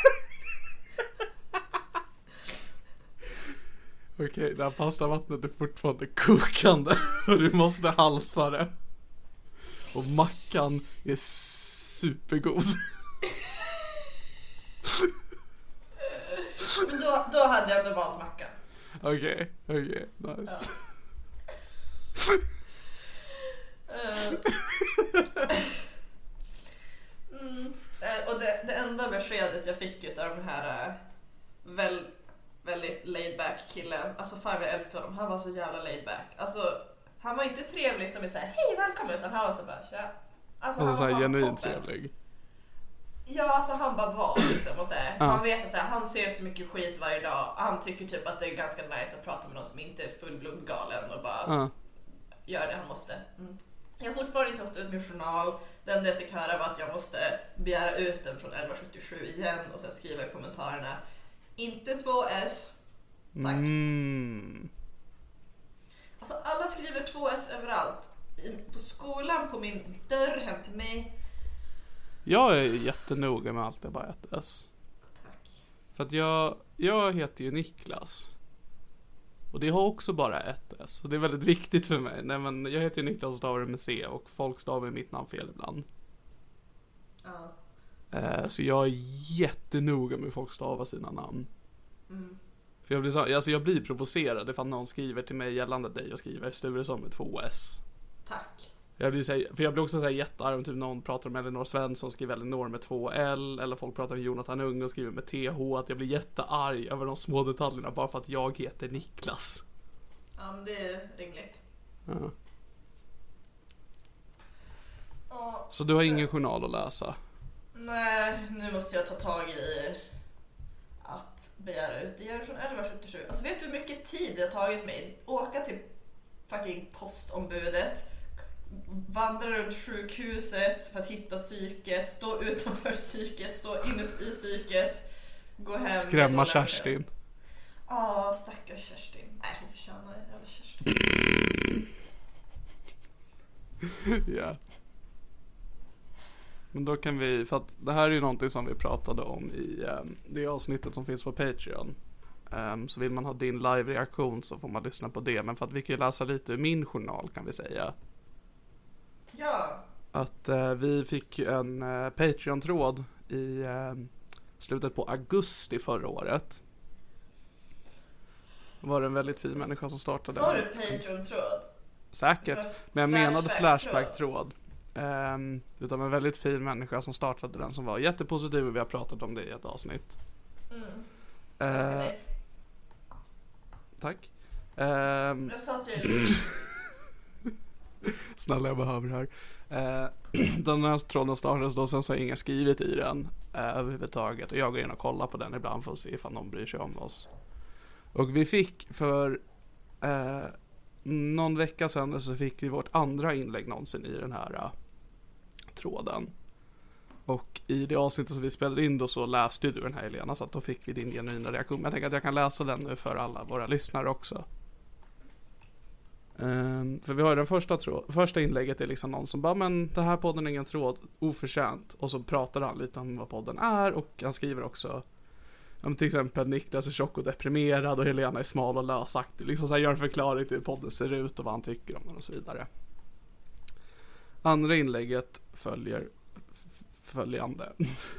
Okej, det här pastavattnet är fortfarande kokande och du måste halsa det. Och mackan är supergod.
Men då, då hade jag ändå valt mackan.
Okej, okay, okej, okay, nice.
Ja. mm, och det, det enda beskedet jag fick ut av den här väl, väldigt laid back killen, alltså fan jag älskar honom, han var så jävla laid back. Alltså han var inte trevlig som är såhär hej välkommen, utan han var så bara tja. Alltså,
alltså
han var
genuint trevlig.
Ja, alltså han bara var liksom, och så här, ja. Han vet att så här, han ser så mycket skit varje dag. Han tycker typ att det är ganska nice att prata med någon som inte är fullblodsgalen och bara ja. Gör det han måste. Mm. Jag har fortfarande inte fått ut min journal. Det enda jag fick höra var att jag måste begära ut den från elva sjuttiosju igen och sen skriva i kommentarerna inte två S. Tack.
Mm.
Alltså alla skriver två S överallt. I, på skolan, på min dörr hem till mig.
Jag är jättenoga med allt, jag bara ett S.
Tack.
För att jag, jag heter ju Niklas. Och det har också bara ett S. Och det är väldigt viktigt för mig. Nej, men jag heter ju Niklas och stavar med C. Och folk stavar mitt namn fel ibland.
Ja.
Eh, så jag är jättenoga med hur folk stavar sina namn.
Mm.
För jag blir, så, alltså jag blir provocerad ifall någon skriver till mig gällande dig och skriver Sturesson med två S.
Tack.
Jag blir, så, för jag blir också så här jättearg om typ någon pratar om Elinor Svensson och skriver Elinor med två L. Eller folk pratar om Jonathan Unge och skriver med T H. Att jag blir jättearg över de små detaljerna bara för att jag heter Niklas.
Ja, men det är rimligt.
Ja.
Ja,
Så du har
så,
ingen journal att läsa?
Nej, nu måste jag ta tag i att begära ut det gör från elva sjuttiosju. Alltså vet du hur mycket tid det har tagit mig? Åka till fucking postombudet, vandra runt sjukhuset för att hitta psyket, stå utanför psyket, stå inuti psyket, gå hem.
Skrämma Kerstin.
Ja, oh, stackars Kerstin. Nej, hon förtjänar det. Jävla Kerstin.
Ja. Yeah. Men då kan vi, för att det här är ju någonting som vi pratade om i um, det avsnittet som finns på Patreon. Um, så vill man ha din live-reaktion så får man lyssna på det. Men för att vi kan ju läsa lite ur min journal kan vi säga.
Ja.
Att uh, vi fick en uh, Patreon-tråd i uh, slutet på augusti förra året. Det var en väldigt fin människa som startade.
Sa du Patreon-tråd?
Säkert, men jag menade
Flashback-tråd.
Flashback-tråd. Um, utan en väldigt fin människa som startade den, som var jättepositiv, och vi har pratat om det i ett avsnitt.
Mm.
Uh, tack. Um,
jag sa till
snälla, jag behöver det här. Uh, den här tråden startades då, sen så har ingen skrivit i den uh, överhuvudtaget. Och jag går in och kollar på den ibland för att se ifall någon bryr sig om oss. Och vi fick för uh, någon vecka sedan så fick vi vårt andra inlägg någonsin i den här uh, tråden. Och i det avsnittet som vi spelade in då så läste du den här, Helena, så att då fick vi din genuina reaktion. Men jag tänker att jag kan läsa den nu för alla våra lyssnare också. Um, för vi har den första tråd, första inlägget är liksom någon som bara, men det här podden är ingen tråd, oförtjänt. Och så pratar han lite om vad podden är, och han skriver också om till exempel Niklas är tjock och deprimerad och Helena är smal och lösaktig. Liksom så här, gör en förklaring till hur podden ser ut och vad han tycker om den och så vidare. Andra inlägget följer f- följande.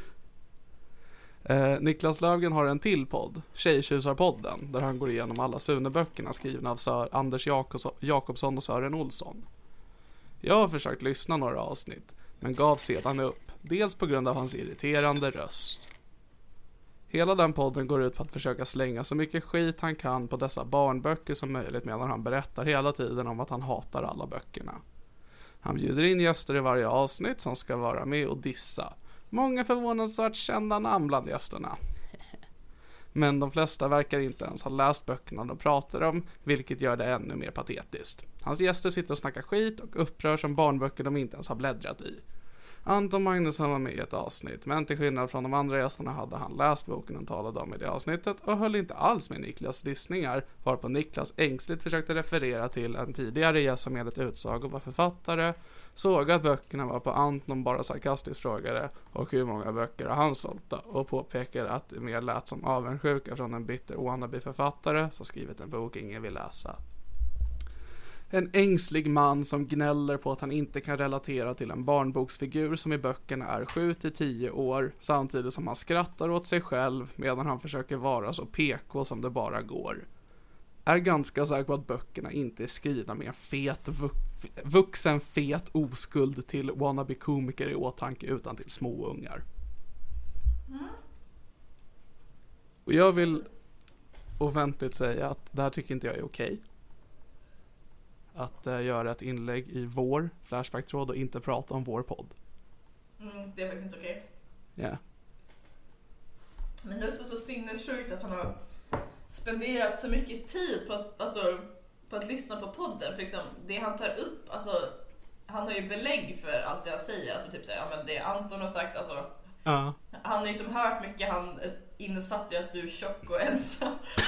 eh, Niklas Löfgren har en till podd, Tjejtjusarpodden, där han går igenom alla Sune-böckerna skrivna av Sör Anders Jakobs- Jakobsson och Sören Olsson. Jag har försökt lyssna några avsnitt, men gav sedan upp, dels på grund av hans irriterande röst. Hela den podden går ut på att försöka slänga så mycket skit han kan på dessa barnböcker som möjligt, medan han berättar hela tiden om att han hatar alla böckerna. Han bjuder in gäster i varje avsnitt som ska vara med och dissa. Många förvånansvärt kända namn bland gästerna. Men de flesta verkar inte ens ha läst böckerna de pratar om, vilket gör det ännu mer patetiskt. Hans gäster sitter och snackar skit och upprörs om barnböcker de inte ens har bläddrat i. Anton Magnusson var med i ett avsnitt, men till skillnad från de andra gästerna hade han läst boken och talade om i det avsnittet och höll inte alls med Niklas dissningar, varpå Niklas ängsligt försökte referera till en tidigare gäst som enligt utsago var författare, såg att böckerna var på Anton bara sarkastiskt frågade och hur många böcker har han sålt, och påpekade att det mer lät som avundsjuka från en bitter wannabe-författare som skrivit en bok ingen vill läsa. En ängslig man som gnäller på att han inte kan relatera till en barnboksfigur som i böckerna är sju till tio år, samtidigt som han skrattar åt sig själv medan han försöker vara så P K som det bara går. Är ganska säker på att böckerna inte är skrivna med en fet vux- vuxen fet oskuld till wannabe-komiker i åtanke, utan till små ungar. Mm. Och jag vill offentligt säga att det här tycker inte jag är okej. Att uh, göra ett inlägg i vår Flashback-tråd och inte prata om vår podd.
Mm, det är faktiskt inte okej.
Ja. Yeah.
Men det är också så sinnessjukt att han har spenderat så mycket tid på att, alltså, på att lyssna på podden. För liksom, det han tar upp, alltså, han har ju belägg för allt det han säger. Alltså typ så här, ja men det Anton har sagt, alltså.
Uh.
Han har liksom hört mycket, han är insatt i att du är tjock och ensam. Alltså,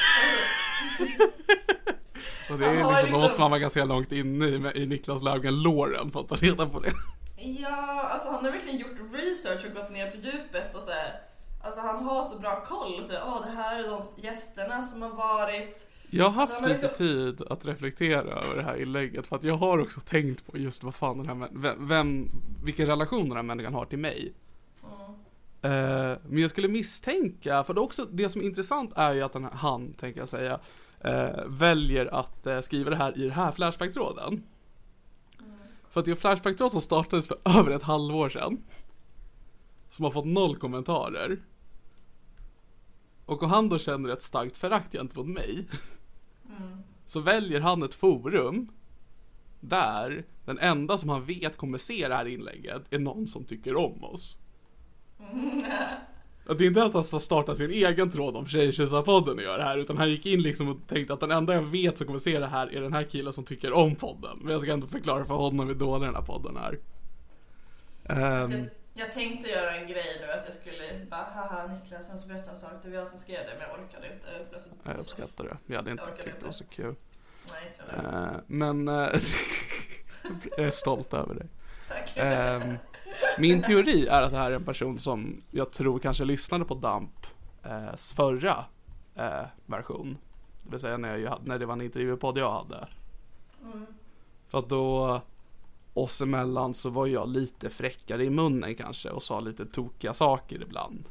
och det är liksom, liksom, måste man vara ganska långt inne i, i Niklas Löfgren-låren för att ta reda på det.
Ja, alltså han har verkligen gjort research och gått ner på djupet och så här. Alltså han har så bra koll. Så, oh, det här är de gästerna som har varit.
Jag har haft
alltså,
lite
liksom...
tid att reflektera över det här inlägget. För att jag har också tänkt på just vad fan den här, vem, vem, vilken relation den här människan har till mig.
Mm.
Uh, men jag skulle misstänka, för det, också, det som är intressant är ju att den här, han, tänker jag säga, uh, väljer att uh, skriva det här i den här Flashback-tråden. Mm. För att det är Flashback-tråd som startades för över ett halvår sedan. Som har fått noll kommentarer. Och om han då känner ett starkt förakt gentemot mig, mm. så väljer han ett forum där den enda som han vet kommer se det här inlägget är någon som tycker om oss. Mm. Att det är inte att han ska starta sin egen tråd om Tjejtjusar-podden och gör det här, utan han gick in liksom och tänkte att den enda jag vet som kommer se det här är den här killen som tycker om podden. Men jag ska ändå förklara för honom hur dålig den här podden är. Um,
jag, jag tänkte göra en grej nu att jag skulle bara, haha Niklas, jag måste berätta en sak, det var jag som skrev det, men jag orkade inte. Jag, så,
jag uppskattar det, jag hade inte
jag
tyckt det var så kul.
Nej, inte det.
Uh, men uh, jag är stolt över dig.
Tack.
Uh, min teori är att det här är en person som jag tror kanske lyssnade på Damp uh, förra uh, version. Det vill säga när, jag, när det var en intervjupodd jag hade. Mm. För att då oss emellan så var jag lite fräckare i munnen kanske och sa lite tokiga saker ibland.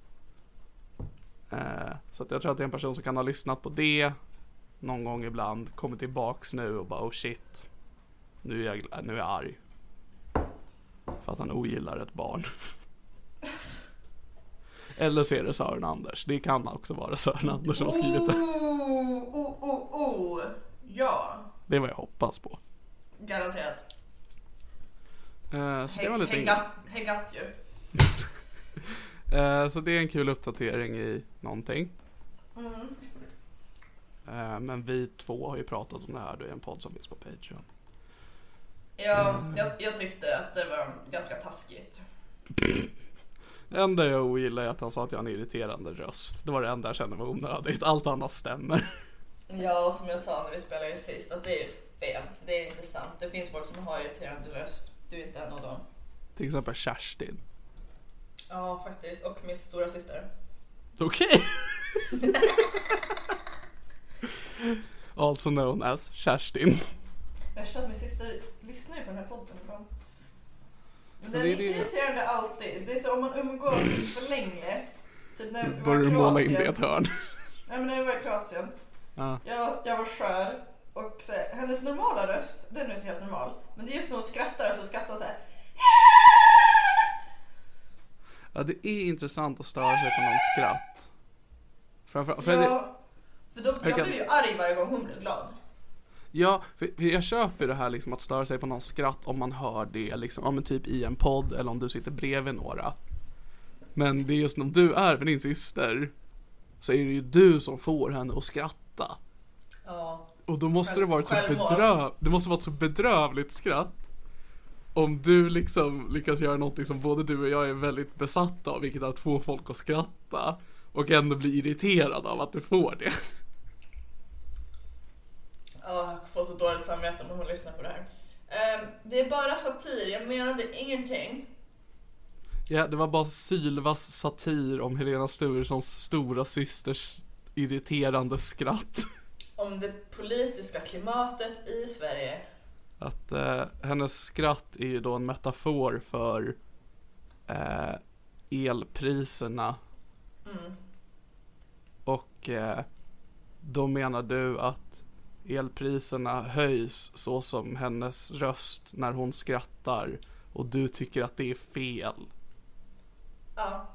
Uh, så att jag tror att det är en person som kan ha lyssnat på det någon gång ibland, kommer tillbaks nu och bara oh shit, nu är jag, nu är jag arg för att han ogillar ett barn. Eller så är det Sören Anders. Det kan också vara Sören Anders som har skrivit det.
Oh, oh, oh, oh. Ja.
Det var jag hoppas på.
Garanterat.
Uh, så det var lite
Hegat, hegat ju.
uh, Så det är en kul uppdatering i någonting.
Mm.
Uh, men vi två har ju pratat om det här. Det är en podd som finns på Patreon.
Ja, uh. jag, jag tyckte att det var ganska taskigt.
Det enda jag ogillar är att han sa att jag har en irriterande röst. Det var det enda jag kände var onödigt. Allt annat stämmer.
Ja, som jag sa när vi spelade ju sist, att det är fel. Det är inte sant. Det finns folk som har irriterande röst. Du är inte en av dem.
Till exempel Kerstin.
Ja, faktiskt. Och min stora syster.
Okej. Okay. Also known as Kerstin.
Jag känner att min syster lyssnar ju på den här podden ibland. Men den
det är
är inte irriterande alltid. Det är så om man umgås för länge. Typ när vi var i Kroatien. Måla in det ett hörn. Nej, men när vi var i Kroatien. Ja. Jag, var, jag var skör. Och så här, hennes normala röst, den är inte helt normal. Men det är just när hon skrattar att hon skrattar så här.
Ja, det är intressant att störa sig på någon skratt. Framför, för
ja,
det,
för då, jag, jag blir ju arg varje gång hon blir glad.
Ja, för, för jag köper det här liksom att störa sig på någon skratt om man hör det liksom, ja, men typ i en podd eller om du sitter bredvid några. Men det är just när du är med din syster så är det ju du som får henne att skratta.
Ja.
Och då måste det vara ett så bedröv, det måste vara ett så bedrövligt skratt. Om du liksom lyckas göra någonting som både du och jag är väldigt besatta av, vilket är att få folk att skratta och ändå bli irriterad av att du får det.
Ja, jag får så dåligt samvete om hon lyssnar på det här. Um, det är bara satir, jag menade ingenting.
Ja, det var bara Sylvas satir om Helena Sturessons stora systers irriterande skratt.
Om det politiska klimatet i Sverige.
Att eh, hennes skratt är ju då en metafor för eh, elpriserna.
Mm.
Och eh, då menar du att elpriserna höjs så som hennes röst när hon skrattar. Och du tycker att det är fel.
Ja.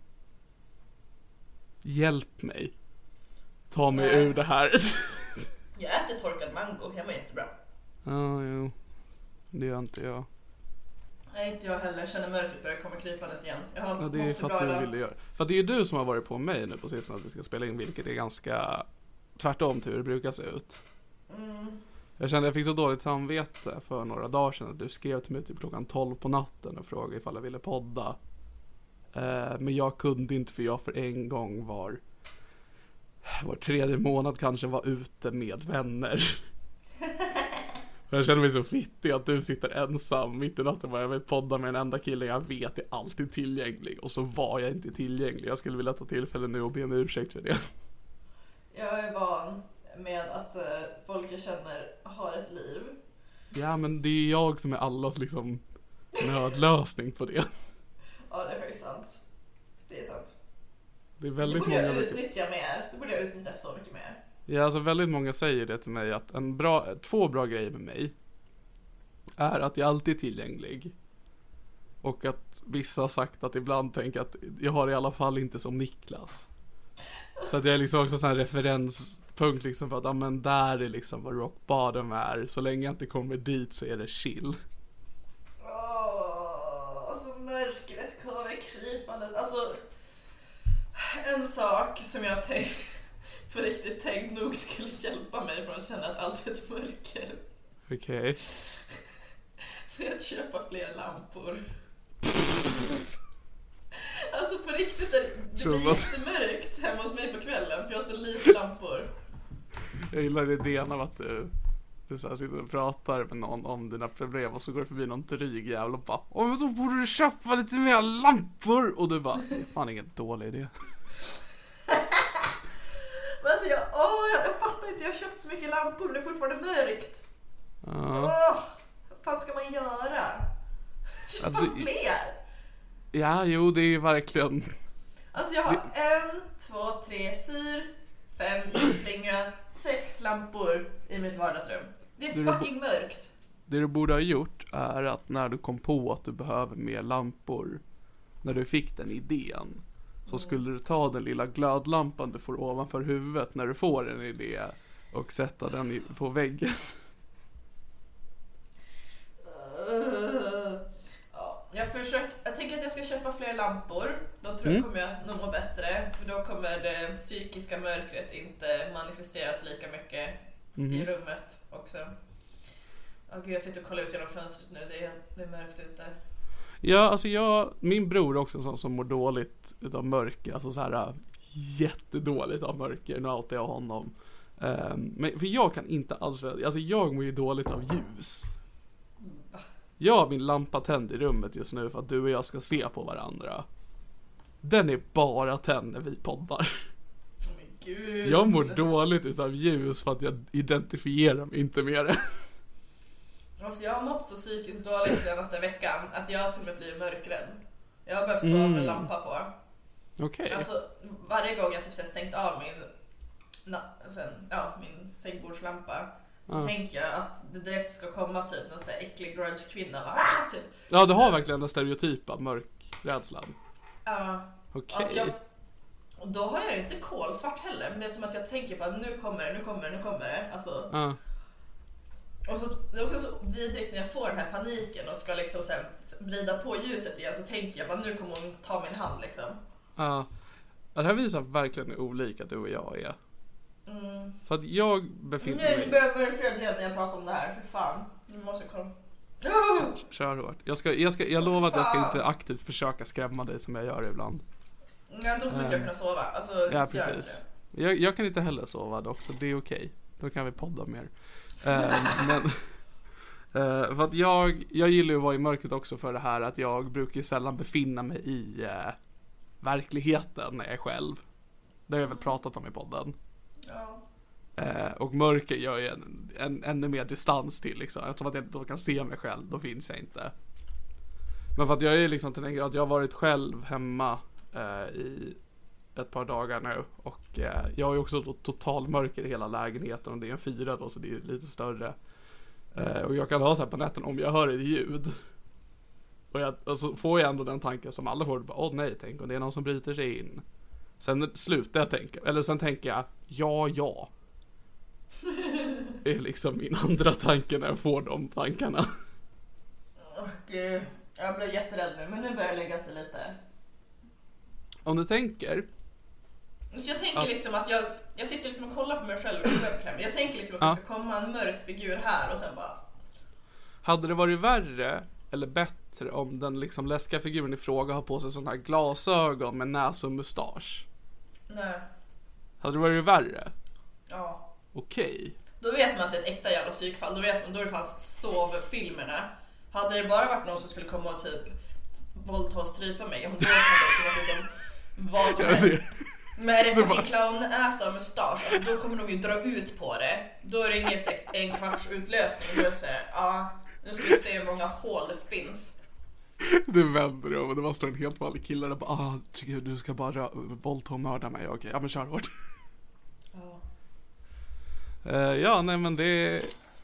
Hjälp mig. Ta mig Nej. ur det här.
Jag äter torkad mango, jag mår jättebra.
Ja, jo. Det gör inte jag.
Nej, inte jag heller. Jag känner mörkret börjar komma krypandes igen. Jag har
ja, det är för att du ville göra. För det är ju du som har varit på mig nu precis när vi ska spela in, vilket är ganska tvärtom till hur det brukar se ut.
Mm.
Jag kände jag fick så dåligt samvete för några dagar sedan att du skrev till mig typ klockan tolv på natten och frågade ifall jag ville podda. Eh, men jag kunde inte för jag för en gång var var tredje månad kanske var ute med vänner. Jag känner mig så fittig att du sitter ensam mitt i natten och jag vill podda med en enda kille jag vet är alltid tillgänglig. Och så var jag inte tillgänglig. Jag skulle vilja ta tillfället nu och be om ursäkt för det.
Jag är van med att uh, folk jag känner har ett liv.
Ja, men det är jag som är allas liksom nödlösning på det.
Ja, det är faktiskt sant. Det är sant.
Det är väldigt
det borde
många
jag utnyttja mer. Det borde jag utnyttja så mycket mer.
Ja, alltså väldigt många säger det till mig att en bra, två bra grejer med mig är att jag alltid är tillgänglig. Och att vissa har sagt att ibland tänker att jag har i alla fall inte som Niklas. Så att jag är liksom också en sån här referenspunkt liksom för att ja, men där är liksom vad rock bottom är. Så länge jag inte kommer dit så är det chill.
Åh, alltså mörkret kommer krypandes. Alltså, en sak som jag tänkt för riktigt tänkt nog skulle hjälpa mig från att känna att allt är ett mörker.
Okej. Okay.
Det är att köpa fler lampor. Alltså på riktigt, det, det blir jättemörkt hemma hos mig på kvällen för jag har så lite lampor.
Jag gillar idén av att du, du så här sitter och pratar med någon om dina problem och så går det förbi någon dryg jävla och bara åh, men då borde du köpa lite mer lampor. Och du bara, det är fan ingen dålig idé.
Men alltså jag, åh, jag, jag fattar inte, jag har köpt så mycket lampor men det är fortfarande mörkt.
Uh.
Åh, vad fan ska man göra? Köpa ja, du... fler?
Ja, jo, det är ju verkligen...
Alltså jag har det... en, två, tre, fyra, fem ljusslinga, sex lampor i mitt vardagsrum. Det är det fucking du... mörkt.
Det du borde ha gjort är att när du kom på att du behöver mer lampor, när du fick den idén, så mm. skulle du ta den lilla glödlampan du får ovanför huvudet när du får en idé och sätta den i, på väggen.
Uh, ja, jag försöker, jag tänker att jag ska köpa fler lampor. Då tror jag mm. kommer jag nog må bättre. För då kommer det psykiska mörkret inte manifesteras lika mycket mm. i rummet också. Åh gud, jag sitter och kollar ut genom fönstret nu. Det är, det är mörkt ute.
Ja, alltså jag, min bror är också en sån som mår dåligt utav mörker. Alltså så här jättedåligt av mörker. Nu outar jag honom. Um, men för jag kan inte alls, alltså jag mår ju dåligt av ljus. Jag har min lampa tänd i rummet just nu för att du och jag ska se på varandra. Den är bara tänd när vi poddar.
Oh my God.
Jag mår dåligt utav ljus för att jag identifierar mig inte med det.
Alltså jag har mått så psykiskt dåligt senaste veckan att jag till och med blir mörkrädd. Jag har behövt sova med mm. lampa på.
Okej. Okay.
Alltså varje gång jag typ så stängt av min na- sen, ja, min sängbordslampa så ah. tänker jag att det direkt ska komma typ någon så här äcklig grudge-kvinna. Ah, typ.
Ja, du har verkligen den stereotypa mörkrädslan.
Ja.
Okej.
Alltså jag, och då har jag ju inte kolsvart heller. Men det är som att jag tänker på att nu kommer det, nu kommer det, nu kommer det. Alltså...
Ah.
Och så, det är också så vidrigt när jag får den här paniken och ska liksom sen vrida på ljuset igen så tänker jag bara nu kommer hon ta min hand liksom.
Ja. Det här visar verkligen hur olika du och jag är.
Mm.
För att jag befinner
mig...
mig...
Nu börjar jag verkligen igen när jag pratar om det här, för fan. Nu måste jag kolla. Oh!
Kör hårt. Jag, ska, jag, ska, jag lovar att jag ska inte aktivt försöka skrämma dig som jag gör ibland.
Jag tror inte um, jag kunna sova. Alltså,
ja, precis. Jag, jag kan inte heller sova dock, så det är okej. Okay. Då kan vi podda mer. uh, men... Uh, för att jag, jag gillar ju att vara i mörkret också för det här att jag brukar sällan befinna mig i uh, verkligheten när jag är själv. Det har jag väl pratat om i podden.
Ja.
Uh, och mörker gör ju en, en, ännu mer distans till liksom. Eftersom att jag då kan se mig själv, då finns jag inte. Men för att jag är liksom till att jag har varit själv hemma uh, i ett par dagar nu. Och uh, jag har ju också då total mörker i hela lägenheten. Och det är en fyra då, så det är lite större. Uh, och jag kan ha så här på nätten om jag hör ett ljud. Och, jag, och så får jag ändå den tanken som alla får. Åh nej, tänk om det är någon som bryter sig in. Sen slutar jag tänka. Eller sen tänker jag, ja, ja. Det är liksom min andra tanke när jag får de tankarna.
Och uh, jag blir jätterädd nu, men nu börjar jag lägga sig lite.
Om du tänker
Så jag tänker
att...
liksom att jag, jag sitter liksom och kollar på mig själv i webcam. Jag tänker liksom att
ja.
det ska komma en mörk figur här och sen bara...
Hade det varit värre eller bättre om den liksom läskiga figuren i fråga har på sig sådana här glasögon med näs och mustasch?
Nej.
Hade det varit värre?
Ja.
Okej. Okay.
Då vet man att det är ett äkta jävla psykfall. Då vet man, då är det fanns sovfilmerna. Hade det bara varit någon som skulle komma och typ våldta och strypa mig, då hade det kunnat se som vad som helst. Med det fucking clownäsa och mustasch, alltså, då kommer de ju dra ut på det. Då är det ingen en kvarts utlösning. Då är det så här, ja, nu ska vi se hur många hål det finns.
Det vänder om, och det var stå en helt vanlig kille där bara, ah, tycker du ska bara våldta och mörda mig? Okej, ja men kör hårt.
Ja.
Uh, ja, nej men det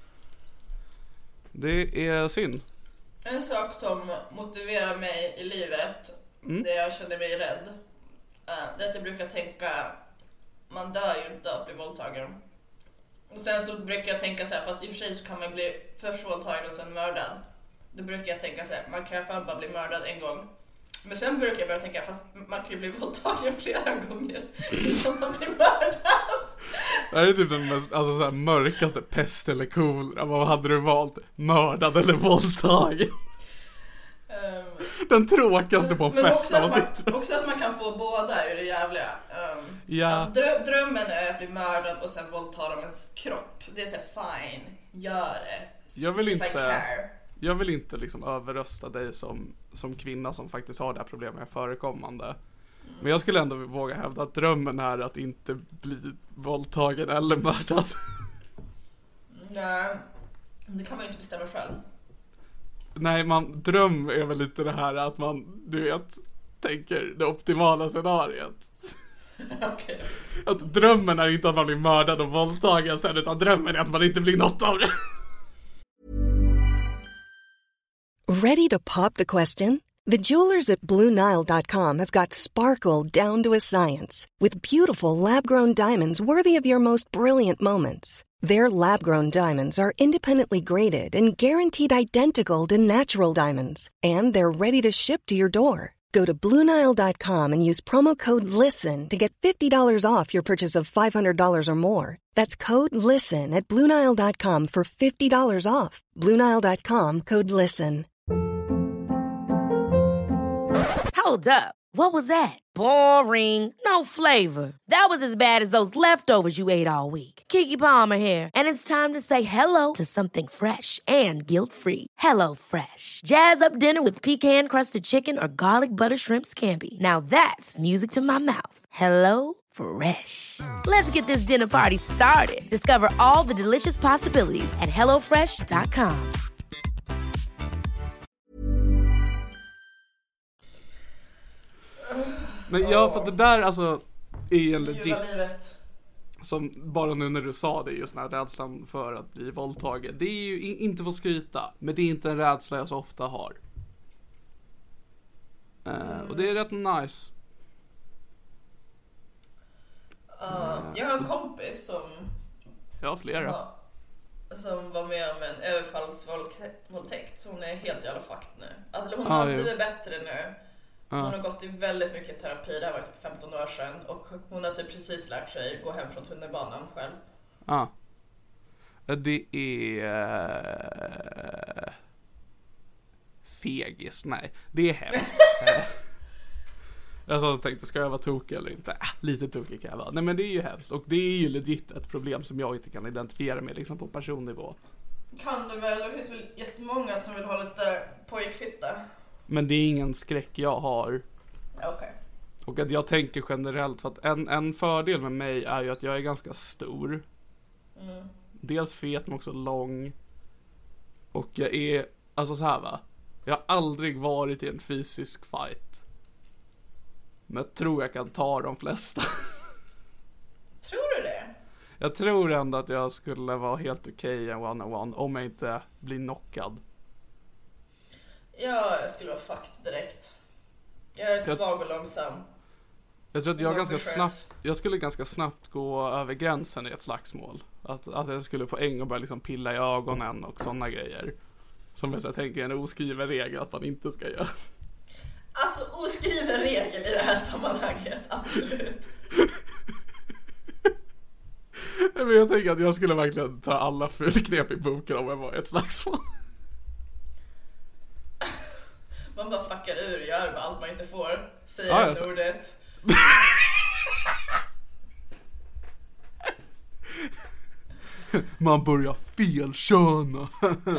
det är synd.
En sak som motiverar mig i livet,
mm.
där jag känner mig rädd, uh, det är att jag brukar tänka, man dör ju inte att bli våldtagen. Och sen så brukar jag tänka så här, fast i och för sig så kan man bli först våldtagen och sen mördad. Då brukar jag tänka så här, man kan i alla fall bara bli mördad en gång. Men sen brukar jag börja tänka, fast man kan ju bli våldtagen flera gånger innan man blir mördad.
Det är typ den mest, alltså så här, mörkaste pest eller kolera. Vad hade du valt? Mördad eller våldtagen? Um, den tråkigaste på en fest.
Också att, man, också att man kan få båda är det jävliga. Um,
ja.
Alltså drö- drömmen är att bli mördad och sen våldta dem ens kropp. Det är så här, fine, gör det.
Jag vill inte, jag vill inte liksom överrösta dig som, som kvinna som faktiskt har det här problemet förekommande. Mm. Men jag skulle ändå våga hävda att drömmen är att inte bli våldtagen eller mördad.
Nej, det kan man ju inte bestämma själv.
Nej, man, dröm är väl lite det här att man, du vet, tänker det optimala scenariet.
Okay.
Att drömmen är inte att man blir mördad och våldtagen sen, utan drömmen är att man inte blir något av det.
Ready to pop the question? The jewelers at Blue Nile dot com have got sparkle down to a science with beautiful lab-grown diamonds worthy of your most brilliant moments. Their lab-grown diamonds are independently graded and guaranteed identical to natural diamonds, and they're ready to ship to your door. Go to Blue Nile dot com and use promo code LISTEN to get fifty dollars off your purchase of five hundred dollars or more. That's code LISTEN at Blue Nile dot com for fifty dollars off. Blue Nile dot com, code LISTEN.
Hold up. What was that? Boring. No flavor. That was as bad as those leftovers you ate all week. Keke Palmer here, and it's time to say hello to something fresh and guilt-free. Hello Fresh. Jazz up dinner with pecan-crusted chicken or garlic butter shrimp scampi. Now that's music to my mouth. Hello Fresh. Let's get this dinner party started. Discover all the delicious possibilities at hello fresh dot com.
Men ja, för det där alltså är legit. Som bara nu när du sa det, just den här rädslan för att bli våldtagen. Det är ju inte för att skryta, men det är inte en rädsla jag så ofta har. Uh, och det är rätt nice.
Uh, jag har en kompis som
Ja, flera
ja, som var med om en överfallsvåldtäkt. Så hon är helt jävla fucked nu. Alltså hon ah, har blivit bättre nu. Hon har gått i väldigt mycket terapi. Det här var typ femton år sedan. Och hon har typ precis lärt sig gå hem från tunnelbanan själv.
Ja. Det är uh... fegis, nej. Det är hemskt. Jag så tänkte, ska jag vara tokig eller inte? Äh, lite tokig kan jag vara. Nej, men det är ju hemskt. Och det är ju legit ett problem som jag inte kan identifiera med liksom på personnivå.
Kan du väl? Det finns väl jättemånga som vill ha lite pojkfitta.
Men det är ingen skräck jag har.
Okej. Okay.
Och att jag tänker generellt, för att en, en fördel med mig är ju att jag är ganska stor. Mm. Dels fet men också lång. Och jag är, alltså så här va. Jag har aldrig varit i en fysisk fight. Men jag tror jag kan ta de flesta.
Tror du det?
Jag tror ändå att jag skulle vara helt okej okay i en one-on-one om jag inte blir knockad.
Ja, jag skulle vara fucked direkt. Jag är svag jag, och långsam.
Jag tror att jag ganska snabbt, jag skulle ganska snabbt gå över gränsen i ett slagsmål. Att, att jag skulle på en och börja liksom pilla i ögonen och sådana grejer. Som jag så tänker är en oskriven regel att man inte ska göra.
Alltså oskriven regel i det här sammanhanget, absolut.
men jag tänker att jag skulle verkligen ta alla fulknep i boken om jag var ett slagsmål.
Man bara fuckar ur, gör med allt man inte får. Säger
ja,
alltså. ordet.
Man börjar felköna.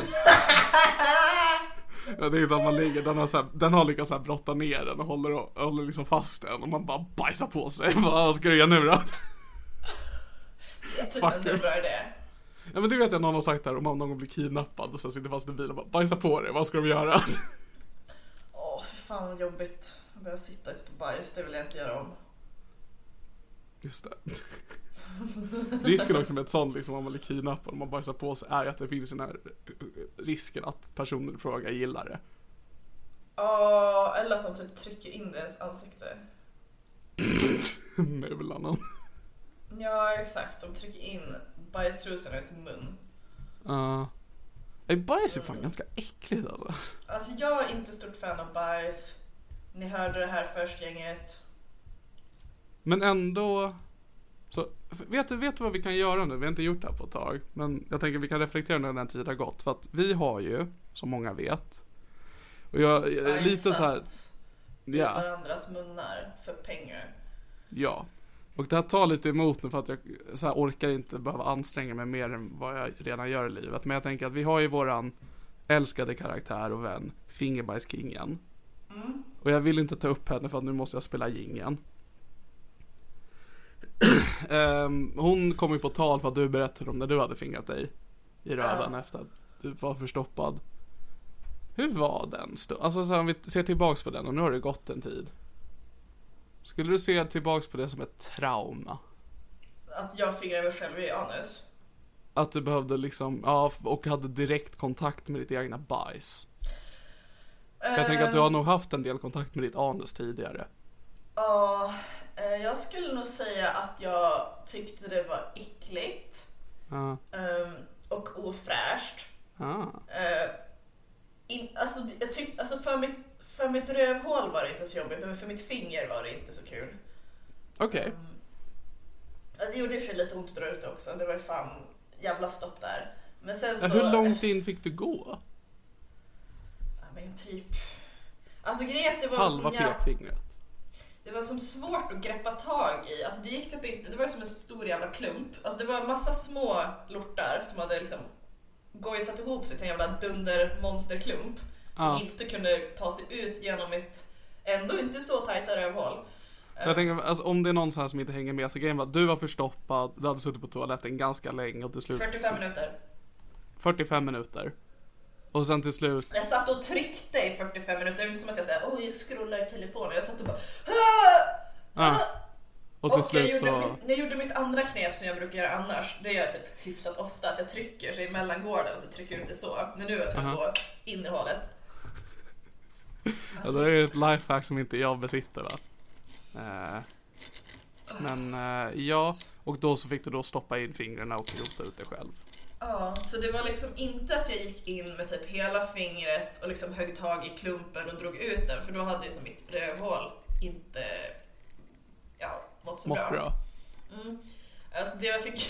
Jag tänkte att man ligger, den har, så här, den har lyckats så här brotta ner den och håller, och, håller liksom fast den. Och man bara bajsar på sig. Vad ska du göra nu då?
Det är typ en bra idé.
Ja, men du vet att någon har sagt här, om man någon gång blir kidnappad och sen sitter fast i bilen och bara bajsa på det, vad ska de göra?
Åh, oh, fan vad jobbigt. Jag börjar sitta i sitt bajs, det vill jag inte göra om.
Just det. Risken också med ett sånt, liksom, om man blir kidnappad och man bajsar på sig, är att det finns den här risken att personen i fråga gillar det.
Ja, oh, eller att de typ trycker in det i ens ansikte.
Nej, väl annan.
Ja, exakt. De trycker in bajstrusen i sin mun.
Ja. Uh, bajs är fan mm. ganska äckligt alltså.
Alltså jag är inte stort fan av bajs. Ni hörde det här först, gänget.
Men ändå så, vet du, vet du vad vi kan göra nu? Vi har inte gjort det här på ett tag. Men jag tänker vi kan reflektera när den tiden har gått. För att vi har ju, som många vet, och jag är lite så här
i ja. varandras munnar för pengar.
Ja. Och det här tar lite emot nu för att jag så här, orkar inte behöva anstränga mig mer än vad jag redan gör i livet. Men jag tänker att vi har ju våran älskade karaktär och vän Fingerbajskingen. Mm. Och jag vill inte ta upp henne för att nu måste jag spela jingeln. um, hon kom ju på tal för att du berättade om när du hade fingrat dig i röven uh. efter att du var förstoppad. Hur var den stund? Alltså så här, om vi ser tillbaks på den och nu har det gått en tid. Skulle du se tillbaks på det som ett trauma?
Att jag fingrade mig själv i anus?
Att du behövde liksom, ja, och hade direkt kontakt med ditt egna bajs. Uh, jag tänker att du har nog haft en del kontakt med ditt anus tidigare.
Ja, uh, jag skulle nog säga att jag tyckte det var äckligt. Uh. Um, och ofräscht. Uh. Uh, in, alltså, jag tyckte, alltså för mitt För mitt rövhål var det inte så jobbigt, men för mitt finger var det inte så kul.
Okej. Okay.
Um, alltså det gjorde ju för lite ont där ute också. Det var ju fan jävla stopp där. Men sen så...
Hur långt in fick du gå?
Ja, men typ... Alltså grejen det var
halva
som
pekfingret.
Det var som svårt att greppa tag i. Alltså det gick typ inte... Det var som en stor jävla klump. Alltså det var en massa små lortar som hade liksom gojsat ihop sig till en jävla dunder monsterklump. Som ja. inte kunde ta sig ut genom ett ändå inte så tajta rövhål.
Jag tänker, alltså, om det är någon så här som inte hänger med, så grejen var att du var förstoppad, du hade suttit på toaletten ganska länge och till slut...
fyrtiofem minuter.
fyrtiofem minuter. Och sen till slut...
Jag satt och tryckte i fyrtiofem minuter, det är inte som att jag säger, åh jag scrollar i telefonen. Jag satt och bara...
Ja. Och till
och
slut
jag gjorde,
så...
mitt, jag gjorde mitt andra knep som jag brukar göra annars. Det gör jag typ hyfsat ofta, att jag trycker sig i mellangården och så trycker jag ut det så. Men nu är jag tvungen att gå in i hålet.
Alltså. Ja, det är ju ett lifehack som inte jag besitter, va? Uh, men uh, ja, och då så fick du då stoppa in fingrarna och rota ut det själv.
Ja, så det var liksom inte att jag gick in med typ hela fingret och liksom högg tag i klumpen och drog ut den, för då hade liksom mitt rövhål inte ja, mått så bra. bra. Mm. Alltså det jag fick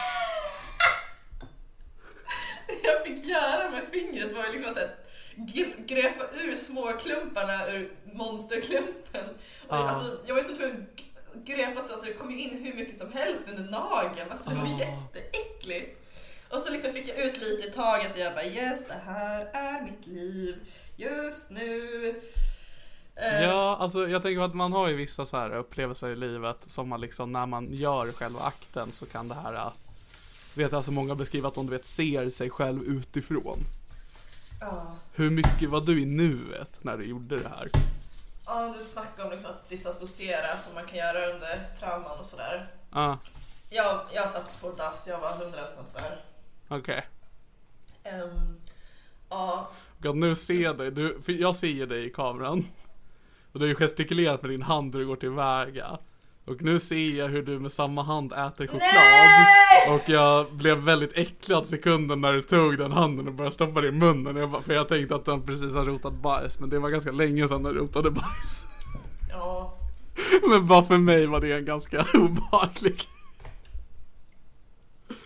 det jag fick göra med fingret var ju liksom att gröpa ur små klumparna ur monsterklumpen. Och ah. alltså, jag var så tvungen att gröpa så att det kom in hur mycket som helst under nageln. Alltså det var ah. jätteäckligt. Och så liksom fick jag ut lite i taget och jag bara, yes, det här är mitt liv just nu.
Ja, alltså jag tänker att man har ju vissa så här upplevelser i livet som man liksom, när man gör själva akten så kan det här, vet alltså många beskriver att de, du vet, ser sig själv utifrån. Ja. Hur mycket var du i nuet när du gjorde det här?
Ja, du snackar om liksom att disassociera som man kan göra under trauman och sådär.
Ja.
Jag, jag satt på dass, jag var hundra procent där.
Okej.
Okay. Um, ja.
Och nu ser dig, du, för jag ser dig i kameran. Och du har ju gestikulerat med din hand hur du går tillväga. Och nu ser jag hur du med samma hand äter choklad. Nej! Och jag blev väldigt äcklad sekunden när du tog den handen och började stoppa det i munnen. Jag bara, för jag tänkte att den precis har rotat bajs. Men det var ganska länge sedan den rotade bajs.
Ja.
Men bara för mig var det en ganska obehaglig.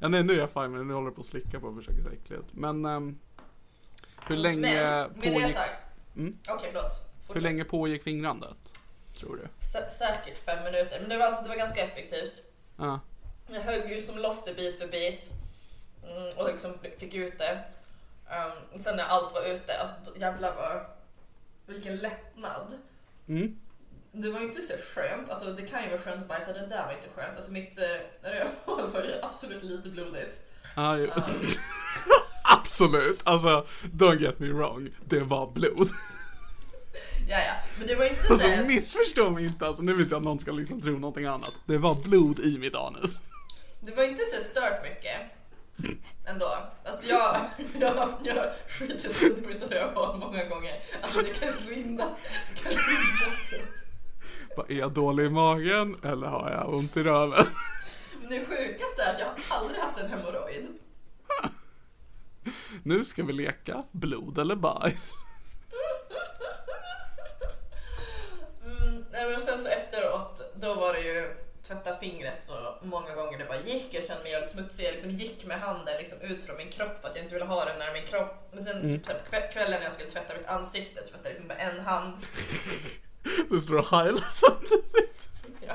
Ja, nej, nu är jag fine, men nu håller jag på att slicka på och försöker se äckligt. Men um, hur länge
men,
pågick...
Men det sagt.
Mm?
Okej, okay, förlåt.
Fortsätt. Hur länge pågick fingrandet, tror du?
S- säkert fem minuter, men det var, alltså, det var ganska effektivt.
Ja.
Jag högg ju liksom loss det bit för bit. Mm, och liksom fick ut det. Um, sen när allt var ute, alltså jävlar var... Vilken lättnad.
Mm.
Det var inte så skönt, alltså det kan ju vara skönt att bajsa, det där var inte skönt. Alltså mitt äh, rövhål var ju absolut lite blodigt.
Ah, ju.
Um.
Absolut, alltså don't get me wrong, det var blod.
Ja, ja, men det var inte
alltså,
så...
missförstå mig inte, alltså nu vet jag att någon ska liksom tro någonting annat. Det var blod i mitt anus.
Det var inte så stört mycket ändå. Alltså jag, jag, jag skiter sönder mitt rövhål många gånger. Alltså det kan rinna. Det kan rinna.
Är jag dålig i magen eller har jag ont i röven?
Men det sjukaste är att jag aldrig haft en hemorrojd.
Nu ska vi leka blod eller bajs.
Mm, men sen så efteråt, då var det ju tvätta fingret så många gånger det bara gick. Jag kände mig jävligt smutsig. Jag liksom gick med handen liksom ut från min kropp för att jag inte ville ha den nära min kropp. Men sen mm. typ, kvällen när jag skulle tvätta mitt ansikte tvättade liksom med en hand.
Du står och heilar samtidigt.
Ja.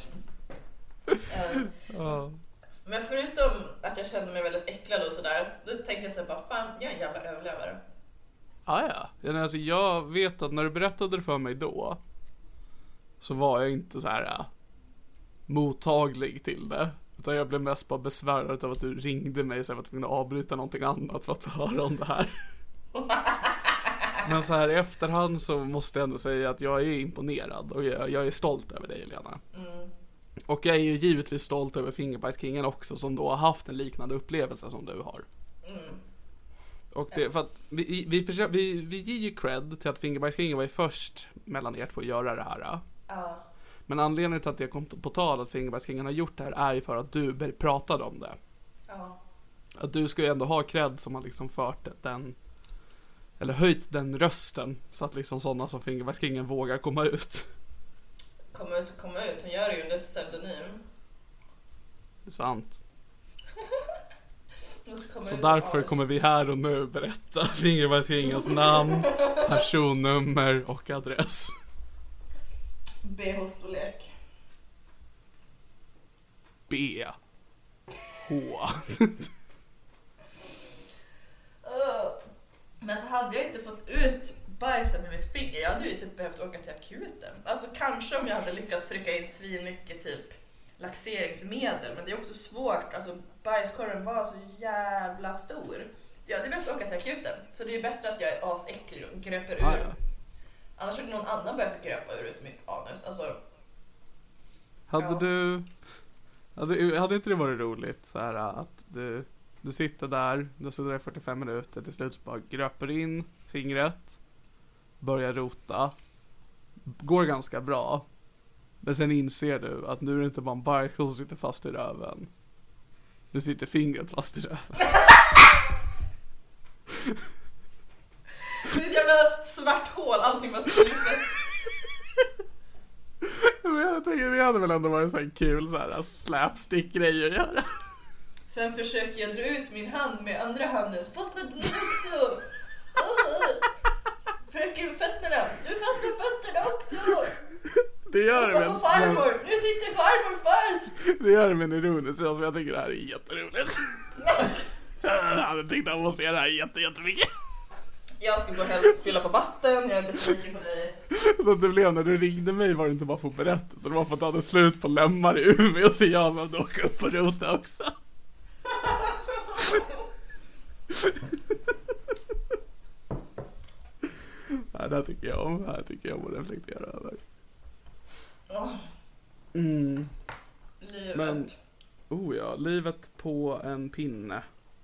um, oh. Men förutom att jag kände mig väldigt äcklad och sådär, då tänkte jag så här, bara fan, jag är en jävla överlevare.
Ah, ja, ja. Alltså, jag vet att när du berättade det för mig då så var jag inte så här äh, mottaglig till det. Utan jag blev mest bara besvärad av att du ringde mig så jag var tvungen att avbryta någonting annat för att höra om det här. Men så här i efterhand så måste jag ändå säga att jag är imponerad och jag, jag är stolt över dig, Elena. Mm. Och jag är ju givetvis stolt över Fingerbajskingen också, som då har haft en liknande upplevelse som du har. Mm. Och det, för att vi, vi, försöker, vi, vi ger ju cred till att Fingerbajskingen var ju först mellan er två att göra det här.
Ja.
Men anledningen till att det kom på tal att Fingerbajskingen har gjort det här är ju för att du pratade om det.
Ja.
Att du ska ju ändå ha cred som har liksom fört den, eller höjt den rösten så att liksom sådana som Fingerbajskingen vågar komma ut.
Komma ut och komma ut, hon gör det ju under pseudonym.
Det är sant.
Så,
så därför kommer vi här och nu berätta Fingerbajskingens namn, personnummer och adress.
B H-storlek.
B H.
Men så hade jag inte fått ut bajsen med mitt finger. Jag hade ju typ behövt åka till akuten. Alltså kanske om jag hade lyckats trycka in svin mycket typ laxeringsmedel. Men det är också svårt. Alltså bajskorven var så jävla stor. Så jag hade behövt åka till akuten. Så det är bättre att jag är asäcklig och gröper ur. Ah, ja. Annars hade någon annan behövt gröpa ur ut mitt anus. Alltså,
hade
ja.
du... Hade, hade inte det varit roligt så här, att du, du sitter där, du sitter där i fyrtiofem minuter, till slut så bara gröper in fingret, börjar rota, går ganska bra, men sen inser du att nu är det inte bara en bajskorv som sitter fast i röven, nu sitter fingret fast i röven.
Det är ett jävla svart hål, allting var strypes.
Men jag tänker det hade väl ändå varit så här kul så här slapstick-grej att göra.
Sen försöker jag dra ut min hand med andra handen. Fastnar den också. Oh. Fröken fötterna. Du fastnar fötterna också.
Det gör det.
Men farmor. Nu sitter farmor fast.
Det gör det med en ironisk så jag tycker det här är jätteroligt. Jag hade tänkt att jag måste göra det här jätte, jättemycket.
Jag ska gå hem och fylla på vatten. Jag är besviken på dig.
Så att det blev när du ringde mig var det inte bara för att berätta. Det var för att du hade slut på lämmar i Umeå. Så jag behövde åka upp och rota också. Ja, det här tycker jag om. Det här tycker jag om att reflektera över. Mm.
Livet.
Men, oh ja, livet på en pinne.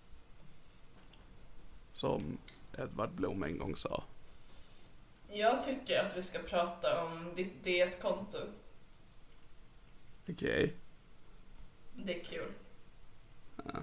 Som Edvard Blom en gång sa.
Jag tycker att vi ska prata om ditt D S-konto.
Okej. Okay.
Det är kul.
Ja.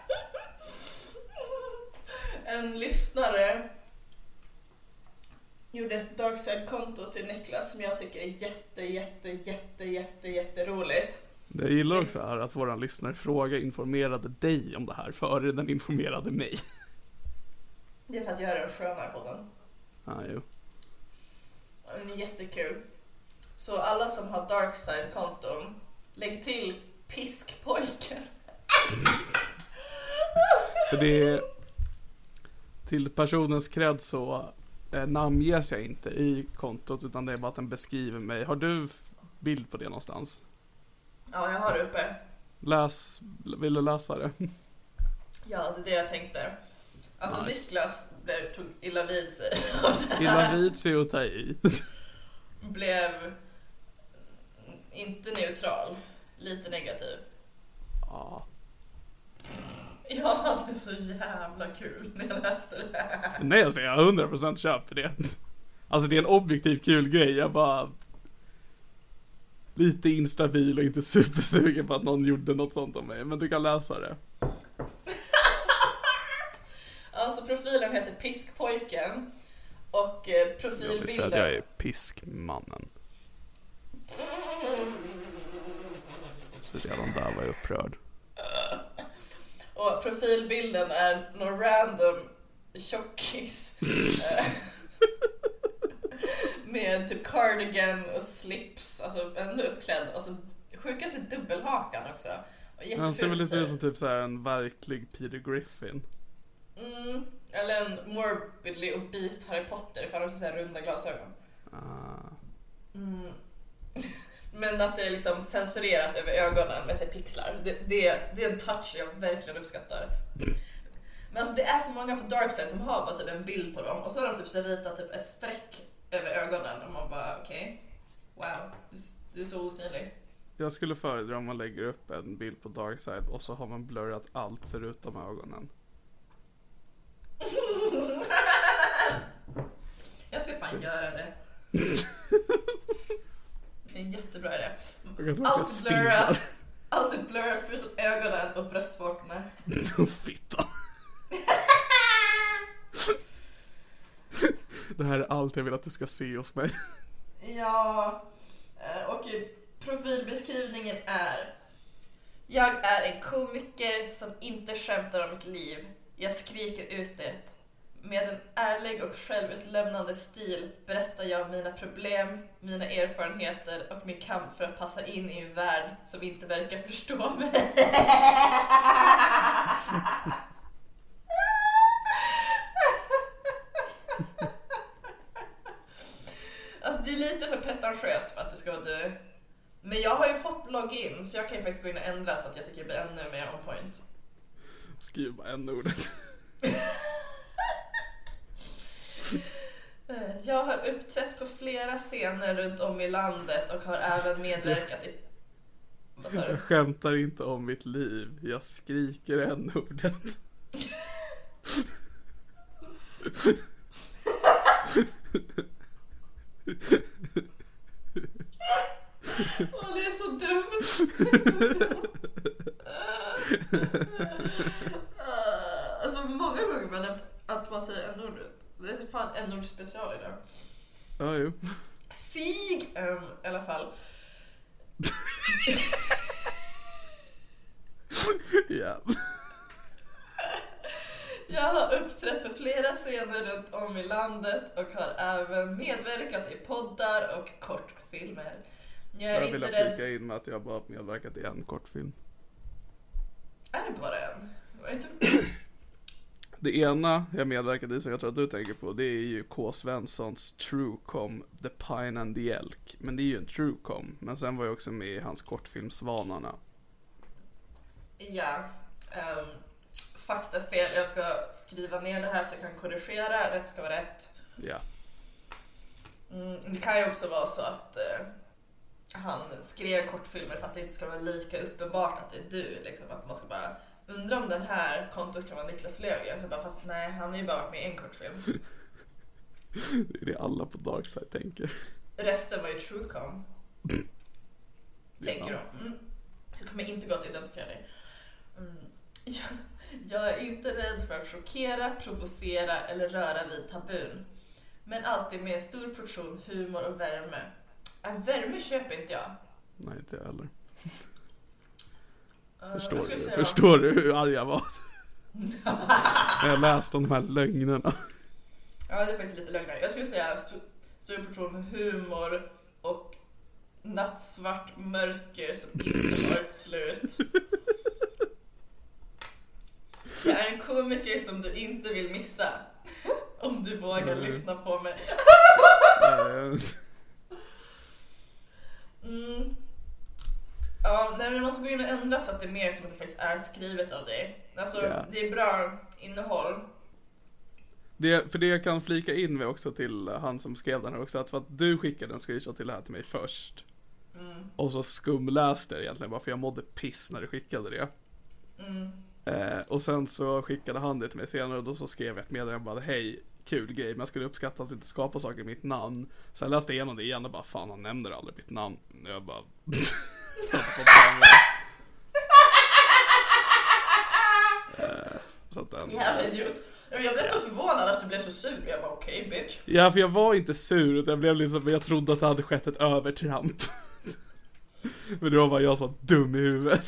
En lyssnare gjorde ett Darkside-konto till Niklas som jag tycker är jätte, jätte, jätte, jätte, jätte roligt.
Jag gillar också här att våran lyssnare fråga informerade dig om det här före den informerade mig.
Det är för att jag är en skönare på den.
Ja, jo.
Den är jättekul. Så alla som har Darkside-konton, lägg till piskpojken.
För det är till personens cred så eh, namnges jag inte i kontot, utan det är bara att den beskriver mig. Har du bild på det någonstans?
Ja, jag har det uppe.
Läs, vill du läsa det?
Ja, det är det jag tänkte. Alltså nice. Niklas blev, tog illa vid sig.
Illa vid sig och ta i.
Blev inte neutral, lite negativ.
Ja.
Jag hade så jävla kul när jag läste det här.
Nej, alltså jag hundra procent köper det. Alltså det är en objektiv kul grej. Jag bara lite instabil och inte supersugen på att någon gjorde något sånt om mig. Men du kan läsa det.
Alltså profilen heter Piskpojken. Och profilbilden...
Jag vill säga att jag är Piskmannen. Så redan där var jag upprörd.
Och profilbilden är någon random tjockis. Med typ cardigan och slips. Alltså ändå uppklädd. Alltså sjukast är dubbelhakan också.
Han ser väl lite ut som typ så här en verklig Peter Griffin.
Mm, eller en morbidly obese Harry Potter. För han har också så här runda glasögon.
Ah.
Mm. Men att det är liksom censurerat över ögonen med sig pixlar. Det, det, det är en touch jag verkligen uppskattar. Men alltså det är så många på Darkside som har bara typ en bild på dem. Och så har de typ så ritat typ ett streck över ögonen. Och man bara okej, okay. Wow, du, du är så osynlig.
Jag skulle föredra om man lägger upp en bild på Darkside och så har man blurrat allt förutom ögonen.
Jag ska fan göra det. Det är en jättebra idé. Allt blurrat. Allt är blurrat förutom ögonen och bröstvårtorna.
Fitta. Det här är allt jag vill att du ska se hos mig.
Ja. Och profilbeskrivningen är: jag är en komiker som inte skämtar om mitt liv. Jag skriker ut det. Med en ärlig och självutlämnande stil berättar jag mina problem, mina erfarenheter och min kamp för att passa in i en värld som inte verkar förstå mig. Alltså det är lite för pretentiöst för att det ska vara du. Men jag har ju fått login så jag kan ju faktiskt gå in och ändra så att jag tycker det blir ännu mer on point.
Skriv bara en ordet.
Jag har uppträtt på flera scener runt om i landet och har även medverkat i... Vad sa du?
Jag skämtar inte om mitt liv. Jag skriker en ordet.
Åh, det är så dumt. Det är så dumt. Alltså många gånger man nämnt att man säger en ordet. Det är fan en ord special idag.
Ja, jo.
Sig um, i alla fall.
Ja.
Jag har uppträtt för flera scener runt om i landet och har även medverkat i poddar och kortfilmer. Jag är
jag vill
inte rädd...
flika in med att jag bara medverkat i en kortfilm.
Är det bara en? Var det inte...
Det ena jag medverkade i som jag tror att du tänker på, det är ju K. Svenssons Truecom, The Pine and the Elk. Men det är ju en Truecom. Men sen var jag också med i hans kortfilm Svanarna.
Ja, um, faktafel. Jag ska skriva ner det här så jag kan korrigera. Rätt ska vara rätt.
Ja.
Mm, det kan ju också vara så att uh, han skrev kortfilmer för att det inte ska vara lika uppenbart att det är du. Liksom, att man ska bara... Undrar om den här kontot kan vara Niklas Löfgren. Så bara, fast nej, han har ju bara varit med i en kortfilm.
Det är det alla på Darkside tänker.
Resten var ju Truecom. Tänker de. Mm. Så kommer jag inte gå att identifiera dig. Mm. Jag, jag är inte rädd för att chockera, provocera eller röra vid tabun. Men alltid med stor portion humor och värme. Äh, värme köper inte jag.
Nej, inte jag heller.
Uh,
förstår, du,
säga...
förstår du hur arg jag var? När jag läste om de här lögnerna.
Ja, det är faktiskt lite lögner. Jag skulle säga st- stor portion humor och nattsvart mörker som inte har ett slut. Jag är en komiker som du inte vill missa. Om du vågar mm. lyssna på mig. mm. Ja, när man ska gå in och ändra så att det är mer som att det faktiskt är skrivet av dig. Alltså, yeah. det är bra innehåll.
Det, för det jag kan flika in med också till han som skrev den här också, att för att du skickade en screenshot till det här till mig först. Mm. Och så skumläste det egentligen bara för jag mådde piss när du skickade det.
Mm.
Eh, och sen så skickade han det till mig senare och då så skrev jag ett meddelande bara hej, kul grej, men jag skulle uppskatta att du inte skapar saker i mitt namn. Sen läste jag igenom det igen och bara fan, han nämner aldrig mitt namn. Och jag bara eh, så att den
jävla idiot. Jag blev så förvånad att du blev så sur. Jag bara okej, okay, bitch.
Ja, för jag var inte sur, jag blev liksom, jag trodde att det hade skett ett övertramp. Men det var bara jag som var dum i huvudet.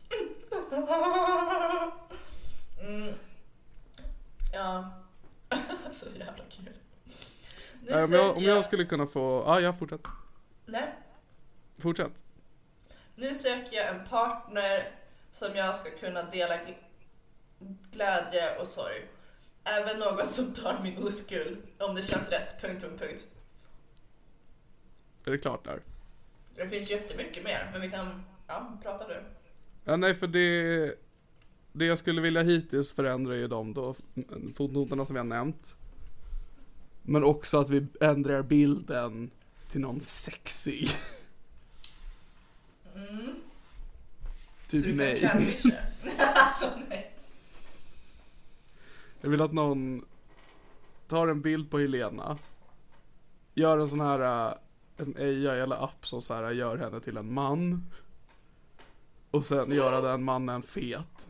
Mm. Ja. Så jävla kul.
Nu äh, om, jag, om jag skulle kunna få... Ja, jag fortsätt.
Nej.
Fortsätt.
Nu söker jag en partner som jag ska kunna dela gl- glädje och sorg. Även någon som tar min oskuld. Om det känns rätt. Punkt, punkt, punkt.
Är det klart där?
Det finns jättemycket mer. Men vi kan... Ja, prata du.
Ja, nej, för det... Det jag skulle vilja hittills förändra är de då fotnoterna som vi har nämnt. Men också att vi ändrar bilden till någon sexig.
Mm.
Typ mig.
Alltså nej.
Jag vill att någon tar en bild på Helena. Gör en sån här en A I eller app som så här gör henne till en man. Och sen mm. göra den mannen fet.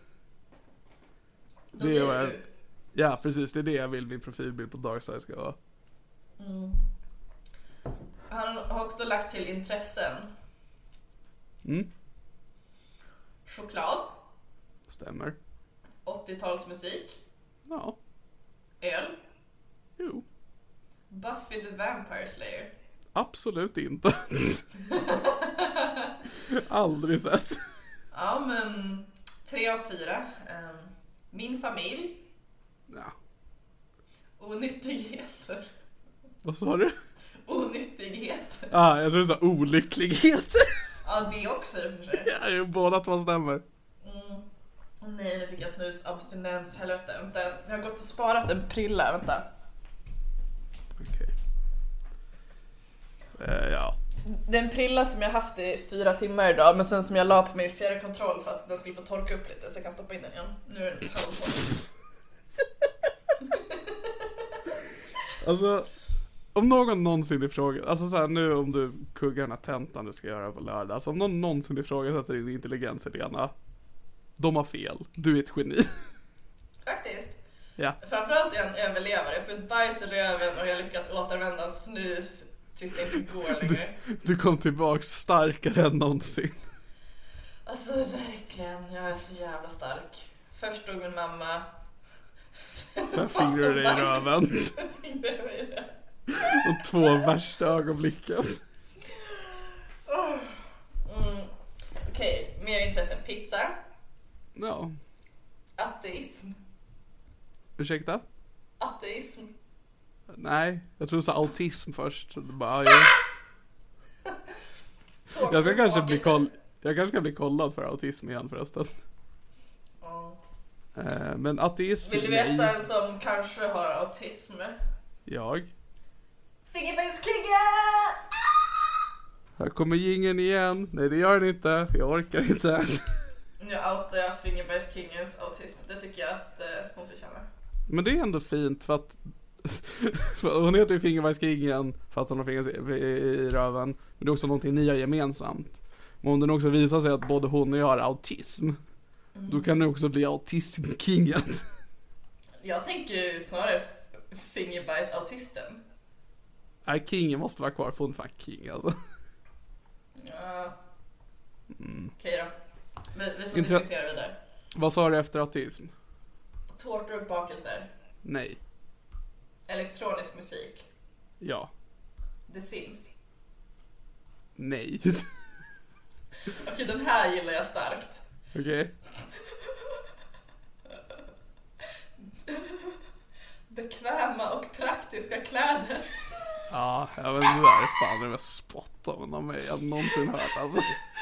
Det är jag, ja, precis, det är det jag vill min profilbild på Darkside ska vara.
Mm. Han har också lagt till intressen.
Mm.
Choklad.
Stämmer.
åttiotalsmusik.
Ja.
Öl.
Jo.
Buffy the Vampire Slayer.
Absolut inte. Aldrig sett.
Ja, men tre av fyra. Um, min familj.
Ja.
Onyttigheter.
Vad sa du?
Onyttigheter.
Ja, ah, jag tror du sa olyckligheter.
Ja, det också i och för sig.
Ja, ju båda två stämmer.
Mm. Oh, nej, nu fick jag snus. Abstinens, helvete. Vänta, jag har gått och sparat en prilla, vänta.
Okej. Okay. Uh, ja.
Det är en prilla som jag haft i fyra timmar idag, men sen som jag la på min fjärrkontroll för att den skulle få torka upp lite så jag kan stoppa in den igen. Nu är den halvtorr.
Alltså, om någon någonsin ifrågasätter, alltså så här, nu om du kuggar den här tentan du ska göra på lördag, alltså om någon någonsin ifrågasätter din intelligens, Helena, de har fel. Du är ett geni.
Faktiskt.
Ja.
Framförallt är jag en överlevare. Jag får ett bajs i röven och jag lyckas återvända snus tills det inte går längre.
Du, du kom tillbaka starkare än någonsin.
Alltså verkligen, jag är så jävla stark. Först dog min mamma.
Sen fingrar du dig i röven.
Sen fingrar jag mig i röven.
De två värsta ögonblicken.
Mm. Okej, okay, mer intressen. Pizza.
Ja.
Ateism.
Ursäkta?
Ateism.
Nej, jag tror du sa autism först. Bara, ja. Jag ska kanske bli koll... Jag kanske ska bli kollad för autism igen förresten. Mm. Men ateism...
Vill du veta nej. En som kanske har autism?
Jag.
Fingerbajskingen!
Här kommer jingeln igen. Nej, det gör den inte, för jag orkar inte.
Nu outar jag Fingerbajskingens autism. Det tycker jag att uh, hon förtjänar.
Men det är ändå fint för att... för hon heter ju Fingerbajskingen för att hon har fingrar i röven. Men det är också någonting ni har gemensamt. Men om det också visar sig att både hon och jag har autism, mm. då kan det också bli autismkingen.
Jag tänker snarare fingerbajs-autisten.
Nej, King måste vara kvar. Får en fan King alltså.
Ja. Mm. Okej då. Vi, vi får
Inter-
diskutera vidare.
Vad sa du efter autism?
Tårtor och bakelser.
Nej.
Elektronisk musik.
Ja.
The Sims.
Nej.
Okej, den här gillar jag starkt.
Okej. Okay.
Bekväma och praktiska kläder.
Ja, jag vet inte, det där är fan det mest spot on av mig jag någonsin hört alltså.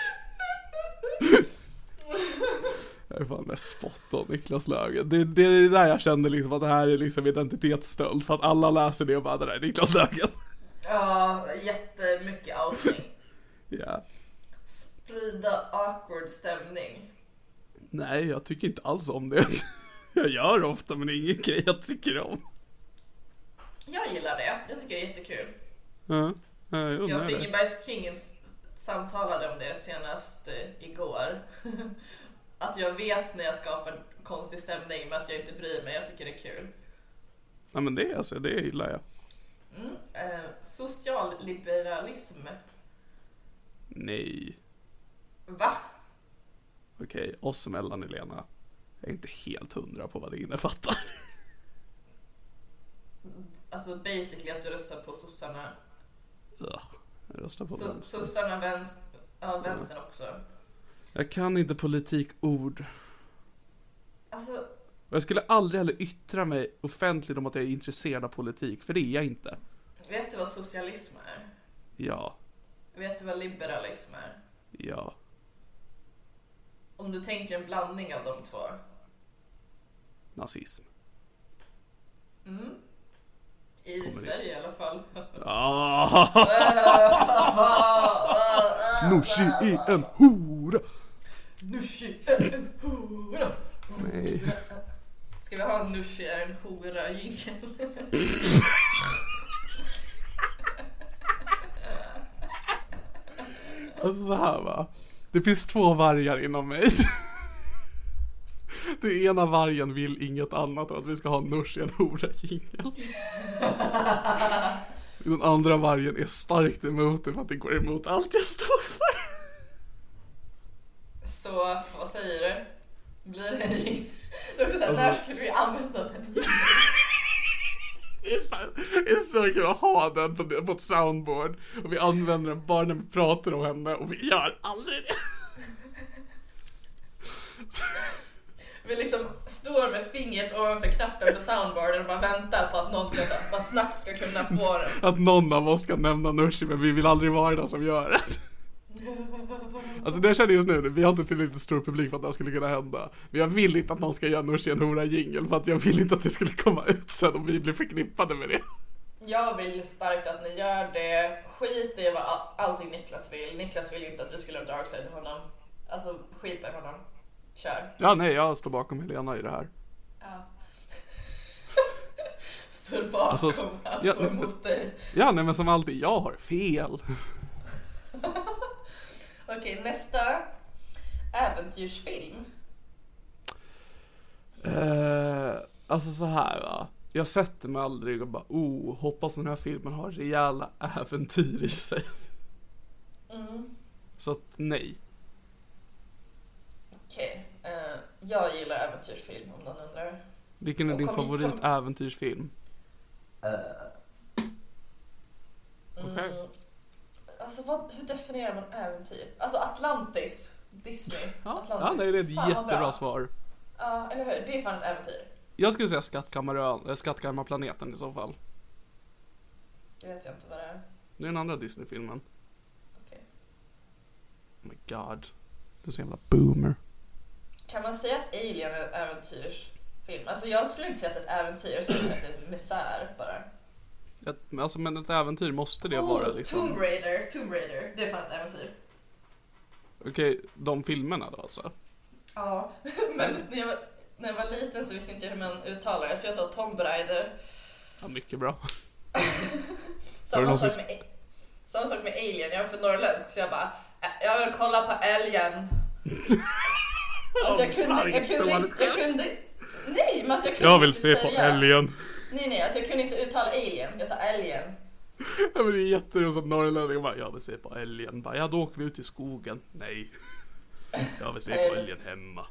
Jag är fan mest spot on Niklas Löfgren. Det, det är det där jag kände liksom att det här är liksom identitetsstöld. För att alla läser det och bara det där är Niklas Löfgren.
Ja, jättemycket outing.
Ja. Yeah.
Sprida awkward stämning.
Nej, jag tycker inte alls om det. Jag gör ofta, men det är ingen grej jag tycker om.
Jag gillar det, jag tycker det är jättekul.
Ja, jag
jag Fingerbajs-kingen samtalade om det senast eh, igår. Att jag vet när jag skapar konstig stämning, men att jag inte bryr mig, jag tycker det är kul.
Ja, men det, alltså, det gillar jag.
Mm, eh, socialliberalism.
Nej.
Va?
Okej, oss emellan, Elena. Jag är inte helt hundra på vad det innefattar.
Alltså basically att du röstar på sossarna.
Ugh, jag röstar på
so-
vänster.
Sossarna, vänster, ja, vänstern också.
Jag kan inte politikord.
Alltså...
Jag skulle aldrig heller yttra mig offentligt om att jag är intresserad av politik, för det är jag inte.
Vet du vad socialism är?
Ja.
Vet du vad liberalism är?
Ja.
Om du tänker en blandning av de två.
Nazism.
Mm. I
Kommunism.
Sverige i alla fall.
Ah. Nooshi är en hora.
Nooshi är en hora.
Nej.
Ska vi ha en Nooshi är en hora jingle?
Alltså så här va. Det finns två vargar inom mig. Den ena vargen vill inget annat än att vi ska ha en Nooshi en hora jingle. Den andra vargen är starkt emot det för att det går emot allt jag står för.
Så vad säger du? Blir det en jingle? Det är också såhär,
alltså,
när skulle vi använda den?
Det är, fan, det är så kul att ha den på, på ett soundboard. Och vi använder den bara när vi pratar om henne. Och vi gör aldrig det.
Vi liksom står med fingret ovanför knappen på soundboarden och bara väntar på att någon ska, bara snabbt ska kunna få den.
Att någon av oss ska nämna Nooshi, men vi vill aldrig vara den som gör det. Alltså det jag känner just nu, vi har inte tillräckligt stor publik för att det här skulle kunna hända. Men jag vill inte att någon ska göra Nooshi en hora jingle, för att jag vill inte att det skulle komma ut sen och vi blir förknippade med det.
Jag vill starkt att ni gör det. Skit i vad allting Niklas vill. Niklas vill inte att vi skulle ha darkside honom. Alltså skit på honom. Kör.
Ja, nej, jag står bakom Helena i det här.
Ja. Står bakom
alltså,
att
ja,
stå emot dig.
Ja, nej, men som alltid, jag har fel.
Okej, nästa äventyrsfilm.
Eh, alltså så här va. Jag sätter mig aldrig och bara, oh, hoppas den här filmen har rejäla äventyr i sig.
Mm.
Så att, nej.
Okej, uh, jag gillar äventyrsfilm om någon undrar.
Vilken är
och
din
kom
favorit
kom...
äventyrsfilm?
Uh.
Okej. Okay.
Mm. Alltså vad, hur definierar man äventyr? Alltså Atlantis, Disney.
Ja,
Atlantis.
ja nej, det är ett
fan,
jättebra svar.
Ja, uh, eller hur? Det är fan ett äventyr.
Jag skulle säga Skattkammarön, äh, Skattkammarplaneten i så fall.
Det vet jag inte vad det är.
Det är den andra Disney-filmen.
Okej. Okay.
Oh my god. Du är så jävla boomer.
Kan man säga att Alien är en äventyrsfilm? Alltså jag skulle inte säga att det är ett äventyr. Jag skulle säga att det är en misär bara.
Ett, alltså men ett äventyr måste det
oh,
vara liksom.
Tomb Raider, Tomb Raider. Det är fan ett äventyr.
Okej, okay, de filmerna då alltså?
Ja, men när jag, var, när jag var liten så visste inte jag hur man uttalar det. Så jag sa Tomb Raider.
Ja, mycket bra.
samma, sak med, samma sak med Alien. Jag var för norrländsk så jag bara, jag vill kolla på älgen. Alltså jag kunde, jag kunde, jag kunde, nej men alltså jag kunde
Jag vill
inte
se
säga.
på älgen.
Nej, nej, alltså jag kunde inte uttala alien. Jag sa alien.
Ja, men det är jätteroligt att norrlänningar bara, jag vill se på älgen. Bara, ja, då åker vi ut i skogen. Nej. Jag vill se på älgen hemma.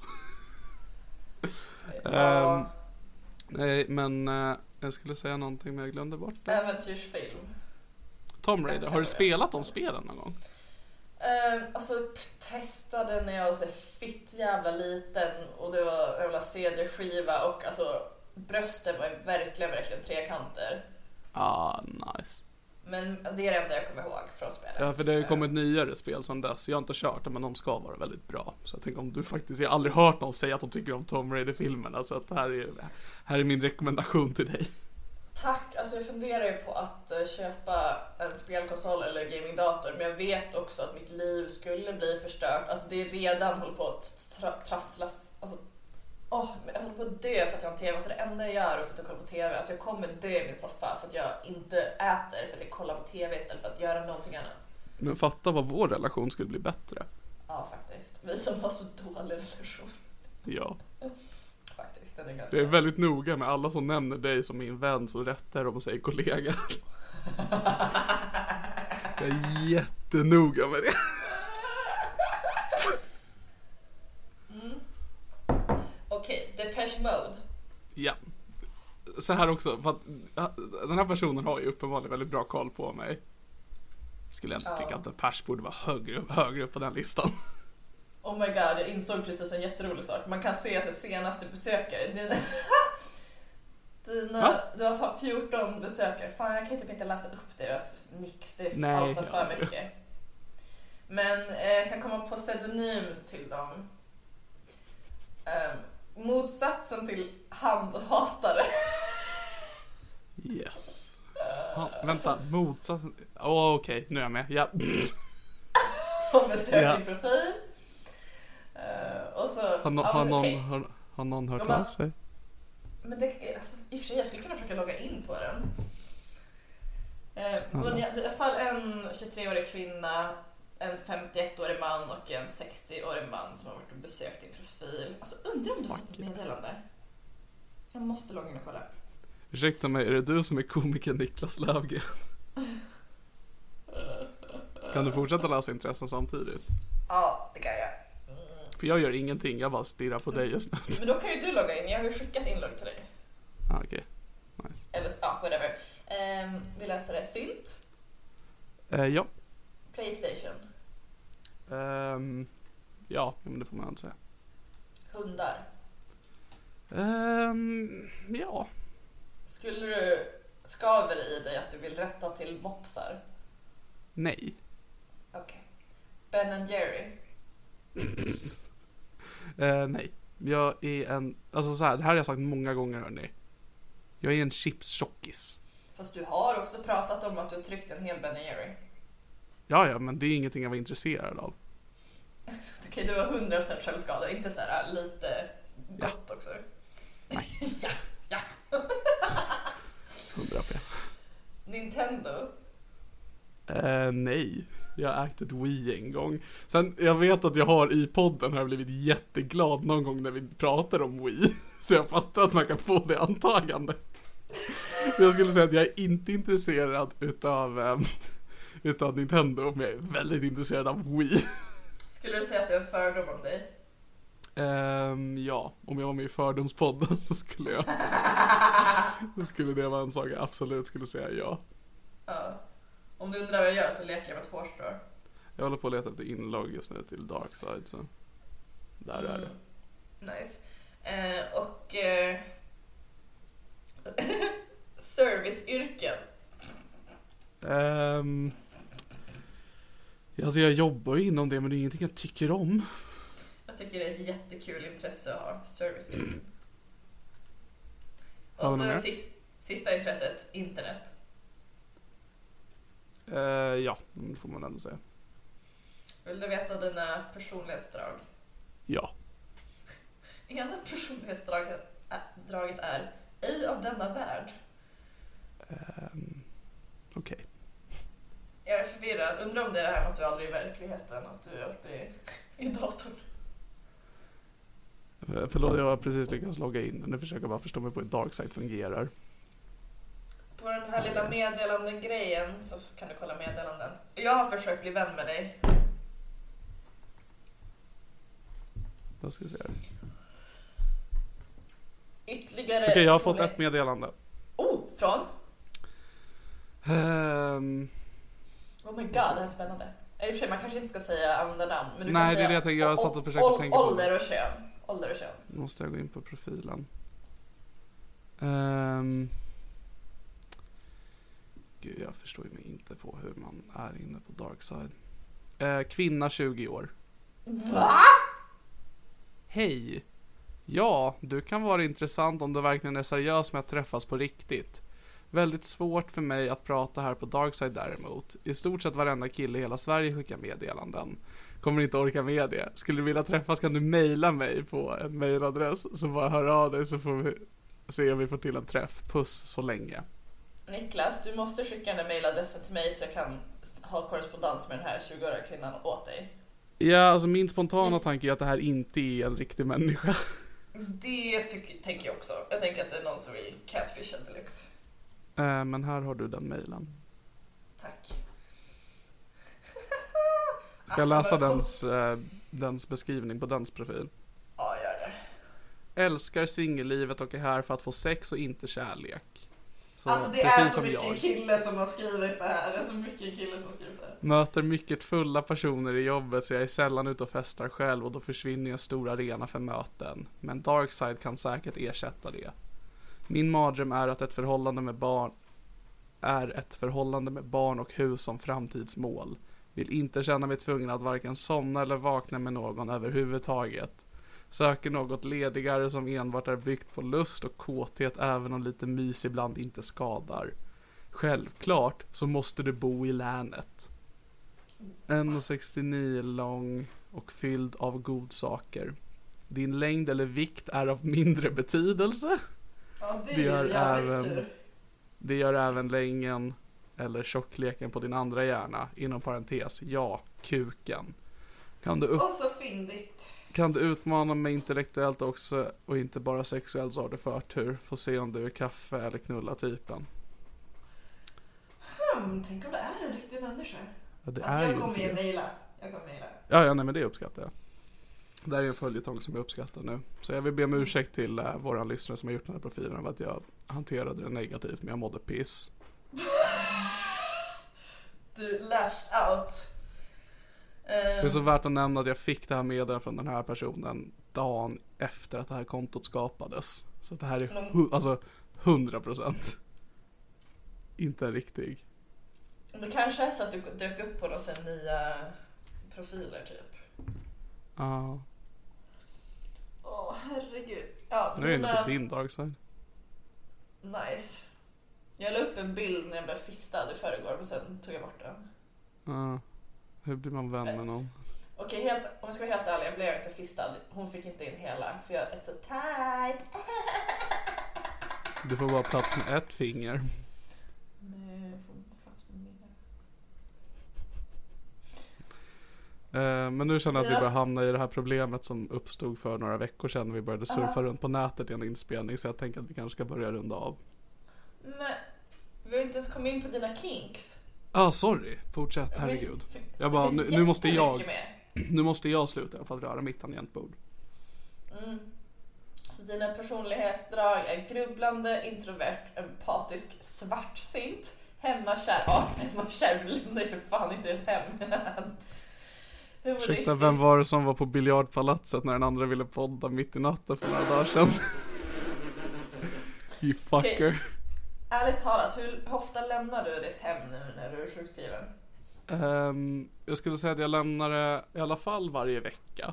Ja.
um, nej, men uh, jag skulle säga någonting men jag glömde bort det.
Äventyrsfilm.
Tomb Raider, har du spelat de spelen någon gång?
Uh, alltså testade när jag var så fitt jävla liten och det var jävla C D-skiva och alltså brösten var verkligen, verkligen trekanter.
Ah, nice.
Men det är det enda jag kommer ihåg från spelet.
Ja, för det har ju kommit nyare spel som dess. Jag har inte kört det, men de ska vara väldigt bra. Så jag tänker om du faktiskt, jag har aldrig hört någon säga att de tycker om Tomb Raider-filmerna. Så att här är, här är min rekommendation till dig.
Tack, alltså jag funderar ju på att uh, köpa en spelkonsol eller gamingdator. Men jag vet också att mitt liv skulle bli förstört. Alltså det är redan håller på att tra- trasslas. Alltså, oh, jag håller på att dö för att jag har en tv. Så det enda jag gör är att sitta och kolla på tv. Alltså jag kommer dö i min soffa för att jag inte äter. För att jag kollar på tv istället för att göra någonting annat.
Men fatta vad vår relation skulle bli bättre.
Ja, faktiskt. Vi som har så dålig relation.
Ja.
Faktiskt, den är ganska...
Det är väldigt noga med alla som nämner dig som min vän så rättar de och säger kollega. Jag är jättenoga med det.
Mm. Okej, okay, Depeche Mode.
Ja. Så här också, för att den här personen har ju uppenbarligen väldigt bra koll på mig. Skulle jag inte
ja.
tycka att Depeche borde vara högre, högre upp på den listan.
Oh my god, jag insåg precis en jätterolig sak. Man kan se sig senaste besökare. Dina, dina du har fan fjorton besökare. Fan, jag kan ju typ inte läsa upp deras mix. Det är allt för ja. mycket. Men eh, jag kan komma på pseudonym till dem. Um, motsatsen till handhatare.
Yes. Ha, vänta, motsatsen. Åh, oh, okej, okay. Nu är jag med. Ja.
Och besök ja. din profil. Uh, och så,
har, no,
ja,
har, någon,
okay.
har, har någon hört
ja,
av sig?
Men det, alltså, i och för sig, jag skulle kunna försöka logga in på den. Uh, men jag, I alla fall en tjugotre-årig kvinna, en femtioett-årig man och en sextio-årig man som har varit och besökt din profil. Alltså undrar om du har fått ett meddelande. Jag måste logga in och kolla.
Ursäkta mig, är det du som är komikern Niklas Löfgren? Kan du fortsätta läsa intressen samtidigt?
Ja, det kan jag.
För jag gör ingenting, jag bara stirrar på dig just nu.
Men då kan ju du logga in, jag har ju skickat inlogg till dig.
Ah, okej. Okay. Nice.
Eller, ja, whatever. Um, vi läser det. Synt?
Uh, ja.
PlayStation?
Um, ja, men det får man inte säga.
Hundar?
Um, ja.
Skulle du skaver i dig att du vill rätta till mopsar?
Nej.
Okej. Okay. Ben and Jerry?
uh, nej. Jag är en, alltså så här, det här har jag sagt många gånger, hörni. Jag är en chipstjockis.
Fast du har också pratat om att du har tryckt en hel Ben and Jerry.
Ja, ja, men det är ingenting jag var intresserad av.
Okej, okay, du var hundra procent självskadad, inte så här lite gott ja. också.
Nej.
ja, ja.
hundra procent.
Nintendo?
Uh, nej. Jag har ägt ett Wii en gång. Sen, jag vet att jag har i podden har jag blivit jätteglad någon gång när vi pratar om Wii. Så jag fattar att man kan få det antagandet. Jag skulle säga att jag är inte intresserad utav, um, utav Nintendo, men jag är väldigt intresserad av Wii.
Skulle du säga att det är en fördom om dig?
Um, ja, om jag var med i Fördomspodden så skulle jag så skulle det vara en sak jag absolut skulle säga ja.
Ja. Om du undrar vad jag gör så leker jag med ett hårstrå.
Jag håller på att leta efter inlogg just nu till Darkside, så där mm. är det.
Nice. Eh, och eh, serviceyrken.
Um, alltså jag jobbar ju inom det, men det är ingenting jag tycker om.
Jag tycker det är ett jättekul intresse att ha serviceyrken. Och så sist, sista intresset, internet.
Uh, ja, det får man ändå säga.
Vill du veta dina personlighetsdrag?
Ja.
Ena personlighetsdraget draget är ej av denna värld.
Um, Okej. Okay.
Jag är förvirrad. Undrar om det är det här med att du aldrig är i verkligheten, att du alltid är i datorn.
Uh, förlåt, jag har precis lyckats logga in. Nu försöker jag bara förstå mig på hur Darkside fungerar.
på den här lilla meddelande-grejen så kan du kolla meddelanden. Jag har försökt bli vän med dig.
Då ska vi se här.
Ytterligare...
Okej, okay, jag har fått ett meddelande.
Oh, från?
Um...
Oh my god, det här är spännande. I och för sig, man kanske inte ska säga använda namn. Men du
Nej,
kan
det är
säga
det jag tänkte. Jag har satt och försökt å- tänka på.
Ålder och kön. Ålder och kön.
Nu måste jag gå in på profilen. Um... Gud, jag förstår ju mig inte på hur man är inne på Darkside. Uh, kvinna tjugo år.
Va?
Hej. Ja, du kan vara intressant om du verkligen är seriös med att träffas på riktigt. Väldigt svårt för mig att prata här på Darkside däremot. I stort sett varenda kille i hela Sverige skickar meddelanden. Kommer inte orka med det. Skulle du vilja träffas kan du mejla mig på en mejladress. Så bara hör av dig så får vi se om vi får till en träff. Puss så länge.
Niklas, du måste skicka den där mejladressen till mig så jag kan ha korrespondens med den här tjugo-åriga kvinnan åt dig.
Ja, alltså min spontana tanke är att det här inte är en riktig människa.
Det tycker, tänker jag också. Jag tänker att det är någon som vill catfisha deluxe.
Äh, men här har du den mejlen.
Tack.
Ska jag läsa dens, äh, dens beskrivning på dens profil?
Ja, gör det.
Älskar singellivet och är här för att få sex och inte kärlek. Så,
alltså det
precis
är så
som
mycket
jag.
kille som har skrivit det här. Det är så mycket kille som har skrivit det här.
Möter mycket fulla personer i jobbet så jag är sällan ute och festar själv och då försvinner jag stor arena för möten. Men Darkside kan säkert ersätta det. Min mardröm är att ett förhållande med barn är ett förhållande med barn och hus som framtidsmål. Vill inte känna mig tvungen att varken somna eller vakna med någon överhuvudtaget. Söker något ledigare som enbart är byggt på lust och kåthet även om lite mys ibland inte skadar. Självklart så måste du bo i länet. en komma sextionio lång och fylld av godsaker. Din längd eller vikt är av mindre betydelse.
Ja, det,
det, gör
även,
tur. det gör även längden eller tjockleken på din andra hjärna. Inom parentes, ja, kuken. Kan du upp...
Och så fyndigt.
Kan du utmana mig intellektuellt också och inte bara sexuellt så har du förtur. Får se om du är kaffe eller knulla typen.
Hmm, tänk om det är en riktig människa.
Ja, det
alltså
är
jag kommer ju
det.
mejla. Jag kommer mejla.
Ja, ja, nej men det uppskattar jag. Det här är en följetong som jag uppskattar nu. Så jag vill be om ursäkt till uh, våra lyssnare som har gjort den här profilen av att jag hanterade det negativt men jag mådde piss.
Du lashed out.
Det är så värt att nämna att jag fick det här meddelandet från den här personen dagen efter att det här kontot skapades. Så det här är hu- alltså hundra procent inte en riktig.
Det kanske är så att du dök upp på några nya profiler typ.
Ja. Uh.
Åh, oh, herregud. Ja,
nu är jag inne på din Darkside.
Nice. Jag la upp en bild när jag blev fistad i förrgår men sen tog jag bort den.
Ja. Uh. Hur blir man vän med någon?
Okej, helt, om jag ska vara helt ärlig, jag blev inte fistad. Hon fick inte in hela, för jag är så tight.
Du får bara plats med ett finger.
Nej, jag får inte plats med
mer. Uh, men nu känner jag att ja. vi börjar hamna i det här problemet som uppstod för några veckor sedan. Vi började surfa uh-huh. runt på nätet i en inspelning. Så jag tänker att vi kanske ska börja runda av.
Men vi har inte ens kommit in på dina kinks.
Ah, sorry. Fortsätt, herregud. Jag bara, nu, nu måste jag Nu måste jag sluta för att röra mitt tangentbord.
Mm. Så dina personlighetsdrag är grubblande, introvert, empatisk, svartsint, hemmakär. Ja, hemmakär, lämna dig för fan inte ett hem.
Ursäkta, vem var det som var på biljardpalatset när den andra ville podda mitt i natten för några dagar sedan? You fucker. Okay.
Ärligt talat, hur ofta lämnar du ditt hem nu när du är sjukskriven?
Um, jag skulle säga att jag lämnar det i alla fall varje vecka.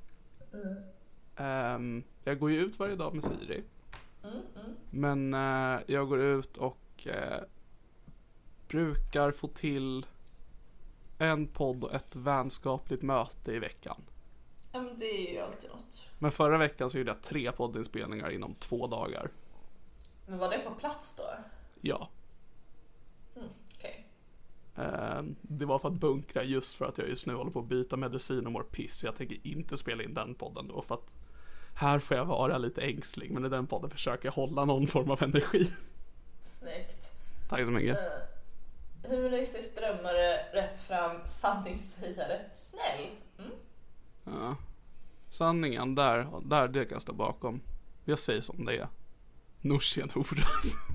Mm. Um, jag går ju ut varje dag med Siri. Mm, mm. Men uh, jag går ut och uh, brukar få till en podd och ett vänskapligt möte i veckan.
Ja, men det är ju alltid något.
Men förra veckan så gjorde jag tre poddinspelningar inom två dagar.
Men var det på plats då?
Ja.
Mm, okej.
Okay. Uh, det var för att bunkra just för att jag just nu håller på att byta medicin och mår piss. Jag tänker inte spela in den podden då för att här får jag vara lite ängslig. Men i den podden försöker jag hålla någon form av energi.
Snyggt.
Tack så mycket.
Uh, humoristisk drömmare, rätt fram, sanningssägare, snäll. Mm.
Ja. Sanningen, där, där det kan jag stå bakom. Jag säger som det är. Nooshi en hora.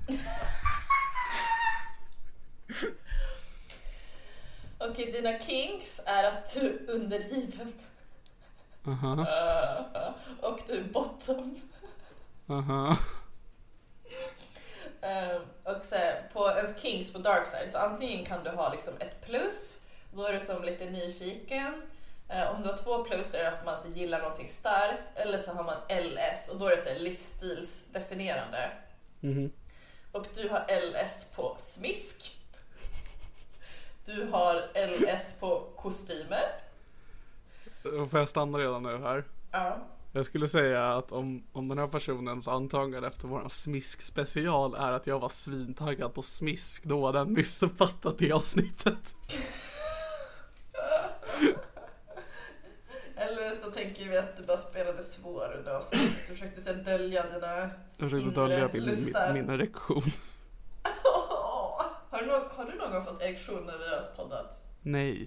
Okej, dina kinks är att du är undergiven.
Uh-huh.
Uh, och du är bottom.
Uh-huh.
uh, och så här, på ens kinks på dark side, så antingen kan du ha liksom ett plus, då är du som lite nyfiken. Uh, om du har två plus är det att man så gillar någonting starkt, eller så har man L S och då är det så här livsstilsdefinierande.
Mm-hmm.
Och du har L S på smisk. Du har L S på kostymer.
Får jag stanna redan nu här?
Ja.
Jag skulle säga att om, om den här personens antagande efter våran smisk-special är att jag var svintaggad på smisk, då var den missuppfattat i avsnittet.
Eller så tänker vi att du bara spelade svår under avsnittet. Du försökte sen dölja dina
Jag försökte dölja min, min, min erektion.
Har du, någon, har du någon gång fått erektion när vi har poddat?
Nej.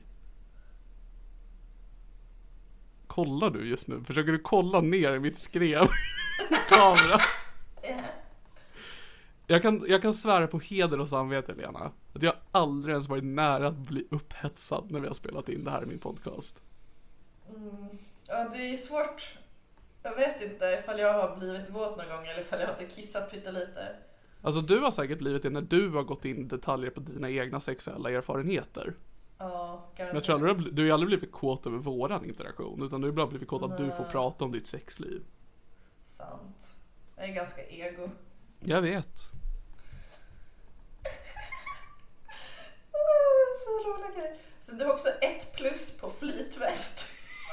Kollar du just nu? Försöker du kolla ner i mitt skrev i kamera?
Yeah.
Jag kan, jag kan svära på heder och samvete, Lena, att jag aldrig ens varit nära att bli upphetsad när vi har spelat in det här i min podcast.
Mm. Ja, det är ju svårt. Jag vet inte ifall jag har blivit våt någon gång eller ifall jag har kissat pyttelite.
Alltså du har säkert blivit det när du har gått in i detaljer på dina egna sexuella erfarenheter.
Ja,
men jag tror aldrig, du har ju aldrig blivit kåt över våran interaktion, utan du har bara blivit kåt att du får prata om ditt sexliv.
Sant. Jag är ganska ego.
Jag vet.
Oh, så rolig grej. Så du har också ett plus på flytväst.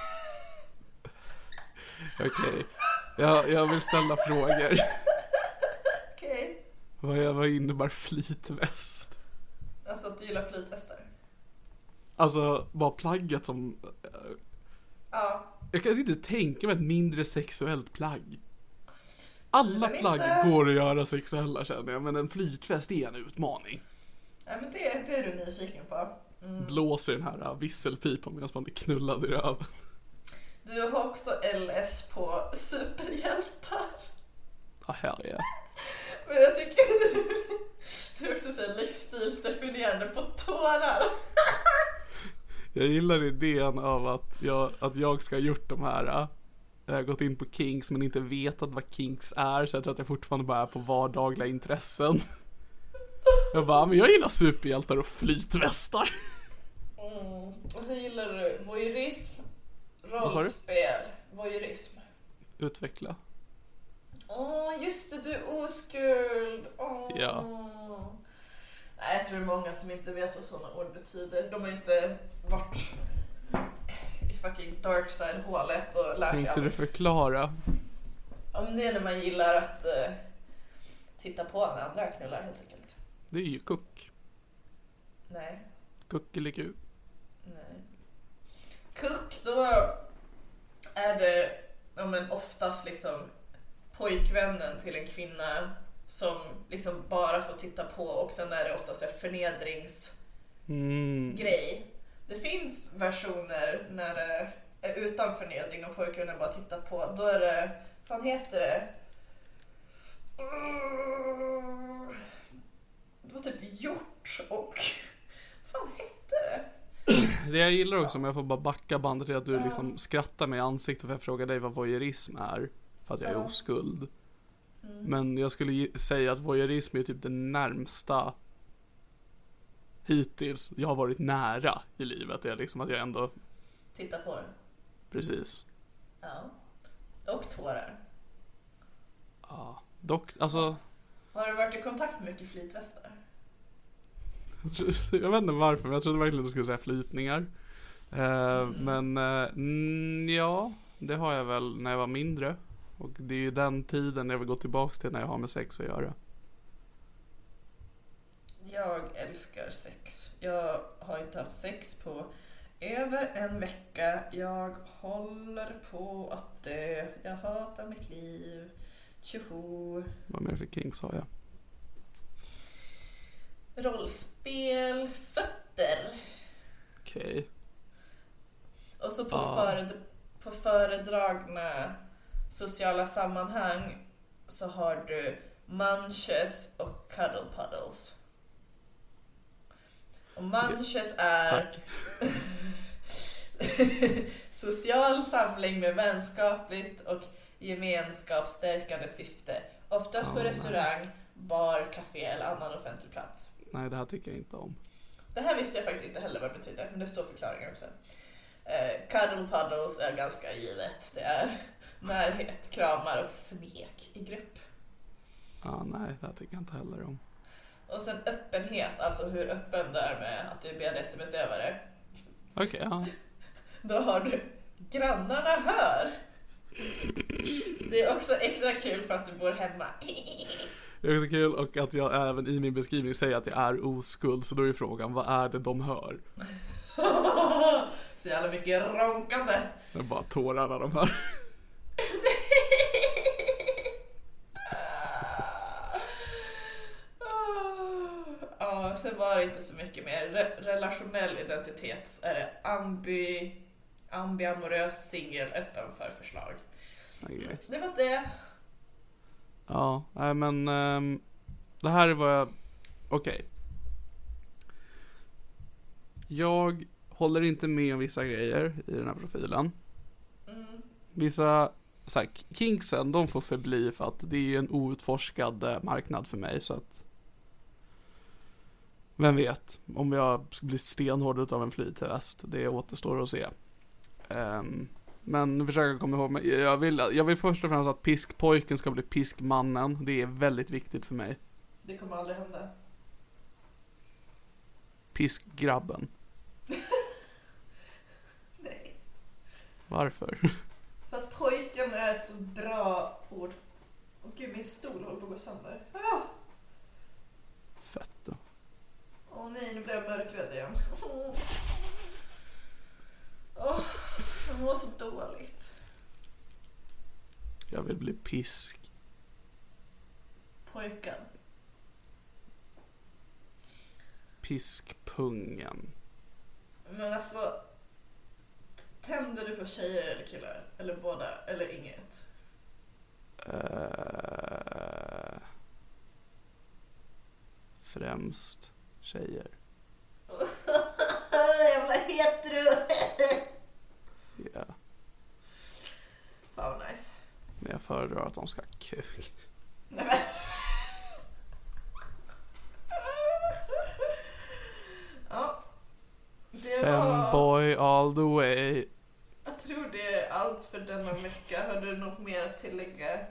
Okej. Okay. Jag, jag vill ställa frågor.
Okej.
Okay. Vad, vad innebär flytväst?
Alltså att du gillar flytvästar.
Alltså, bara plagget som...
Ja.
Jag kan inte tänka mig ett mindre sexuellt plagg. Alla plagg
inte...
går att göra sexuella, känner jag. Men en flytväst är en utmaning.
Ja, men det, det är du nyfiken på. Mm.
Blåser den här visselpipan medan man blir knullad i röven.
Du har också L S på superhjältar.
Ja, här är jag.
Men jag tycker inte du, du är också så här livsstilsdefinierande på tårar.
Jag gillar idén av att jag, att jag ska ha gjort de här. Jag har gått in på kinks men inte vetat vad kinks är. Så jag tror att jag fortfarande bara är på vardagliga intressen. Jag bara, men jag gillar superhjältar och flytvästar.
Mm. Och så gillar du voyeurism, rollspel, voyeurism.
Utveckla.
Åh, oh, just det, du är oskuld. Oh.
Ja.
Nej, jag tror det är många som inte vet vad sådana ord betyder. De har inte varit i fucking dark side hålet och lärt sig.
Tänkte du förklara?
Om det är när man gillar att uh, titta på när andra knullar, helt enkelt.
Det är ju kuck.
Nej.
Kuckeliku.
Nej. Kuck, då är det ja, men oftast liksom pojkvännen till en kvinna som liksom bara får titta på, och sen är det oftast en förnedringsgrej. Mm. Det finns versioner när det är utan förnedring och pojkvännen bara tittar på. Då är det, vad heter det? Det var typ gjort och vad hette det?
Det jag gillar också, om jag får bara backa bandet, är att du liksom skrattar mig i ansiktet för jag frågar dig vad voyeurism är, för att jag är oskuld. Mm. Men jag skulle säga att voyeurism är typ det närmsta hittills jag har varit nära i livet. Det är liksom att jag ändå
tittar på det.
Precis.
Ja. Och tårar.
Ja, dock, alltså.
Har du varit i kontakt med mycket flytvästar?
Jag vet inte varför, men jag trodde verkligen att du skulle säga flytningar. Mm. Men mm, ja, det har jag väl när jag var mindre. Och det är ju den tiden jag vill gå tillbaka till när jag har med sex att göra.
Jag älskar sex. Jag har inte haft sex på över en vecka. Jag håller på att dö. Jag hatar mitt liv. Tjoho.
Vad mer för kinks har jag?
rollspel, fötter.
Okej. Okay.
Och så på,
ah.
föred- på föredragna sociala sammanhang så har du munches och cuddle puddles. Och munches är social samling med vänskapligt och gemenskapsstärkande syfte. Oftast oh, på restaurang, nej. bar, café eller annan offentlig plats.
Nej, det här tycker jag inte om.
Det här visste jag faktiskt inte heller vad det betyder, men det står förklaringar också. Uh, cuddle puddles är ganska givet. Det är närhet, kramar och smek i grupp.
Ja, ah, nej, det här tycker jag inte heller om.
Och sen öppenhet, alltså hur öppen du är med att du är B D S M-utövare.
Okej, okay, ja.
Då har du grannarna hör. Det är också extra kul för att du bor hemma.
Det är också kul och att jag även i min beskrivning säger att jag är oskuld. Så då är frågan, vad är det de hör?
Så jävla mycket ronkande.
Det är bara tårarna de hör.
Ja, sen var det inte så mycket mer. Re- relationell identitet är det ambi, ambiamorös, singel, öppen för förslag.
Okay.
Det var det.
Ja, nej men um, det här är vad jag... Okej. Okay. Jag håller inte med om vissa grejer i den här profilen.
Mm.
Vissa så här, kinksen, de får förbli för att det är en outforskad marknad för mig, så att vem vet om jag blir stenhård utav en flytväst. Det återstår att se. Um, men försöka komma ihåg, men jag vill, jag vill först och främst att piskpojken ska bli piskmannen. Det är väldigt viktigt för mig.
Det kommer aldrig hända.
Piskgrabben.
Nej.
Varför?
För att pojken är ett så bra ord. Åh gud, min stol håller på att gå sönder. Ah!
Fett då.
Åh nej, nu blev jag mörkrädd igen. Åh, oh, jag mår så dåligt.
Jag vill bli pisk.
Pojken.
Piskpungen.
Men alltså, tänder du på tjejer eller killar? Eller båda? Eller inget?
Uh, främst tjejer.
Jävla hetero.
Ja. Yeah.
Wow, nice.
Men jag föredrar att de ska ha kuk.
Nej, men. Ja.
Femboy var... all the way.
Jag tror det är allt för denna vecka. Har du något mer att tillägga?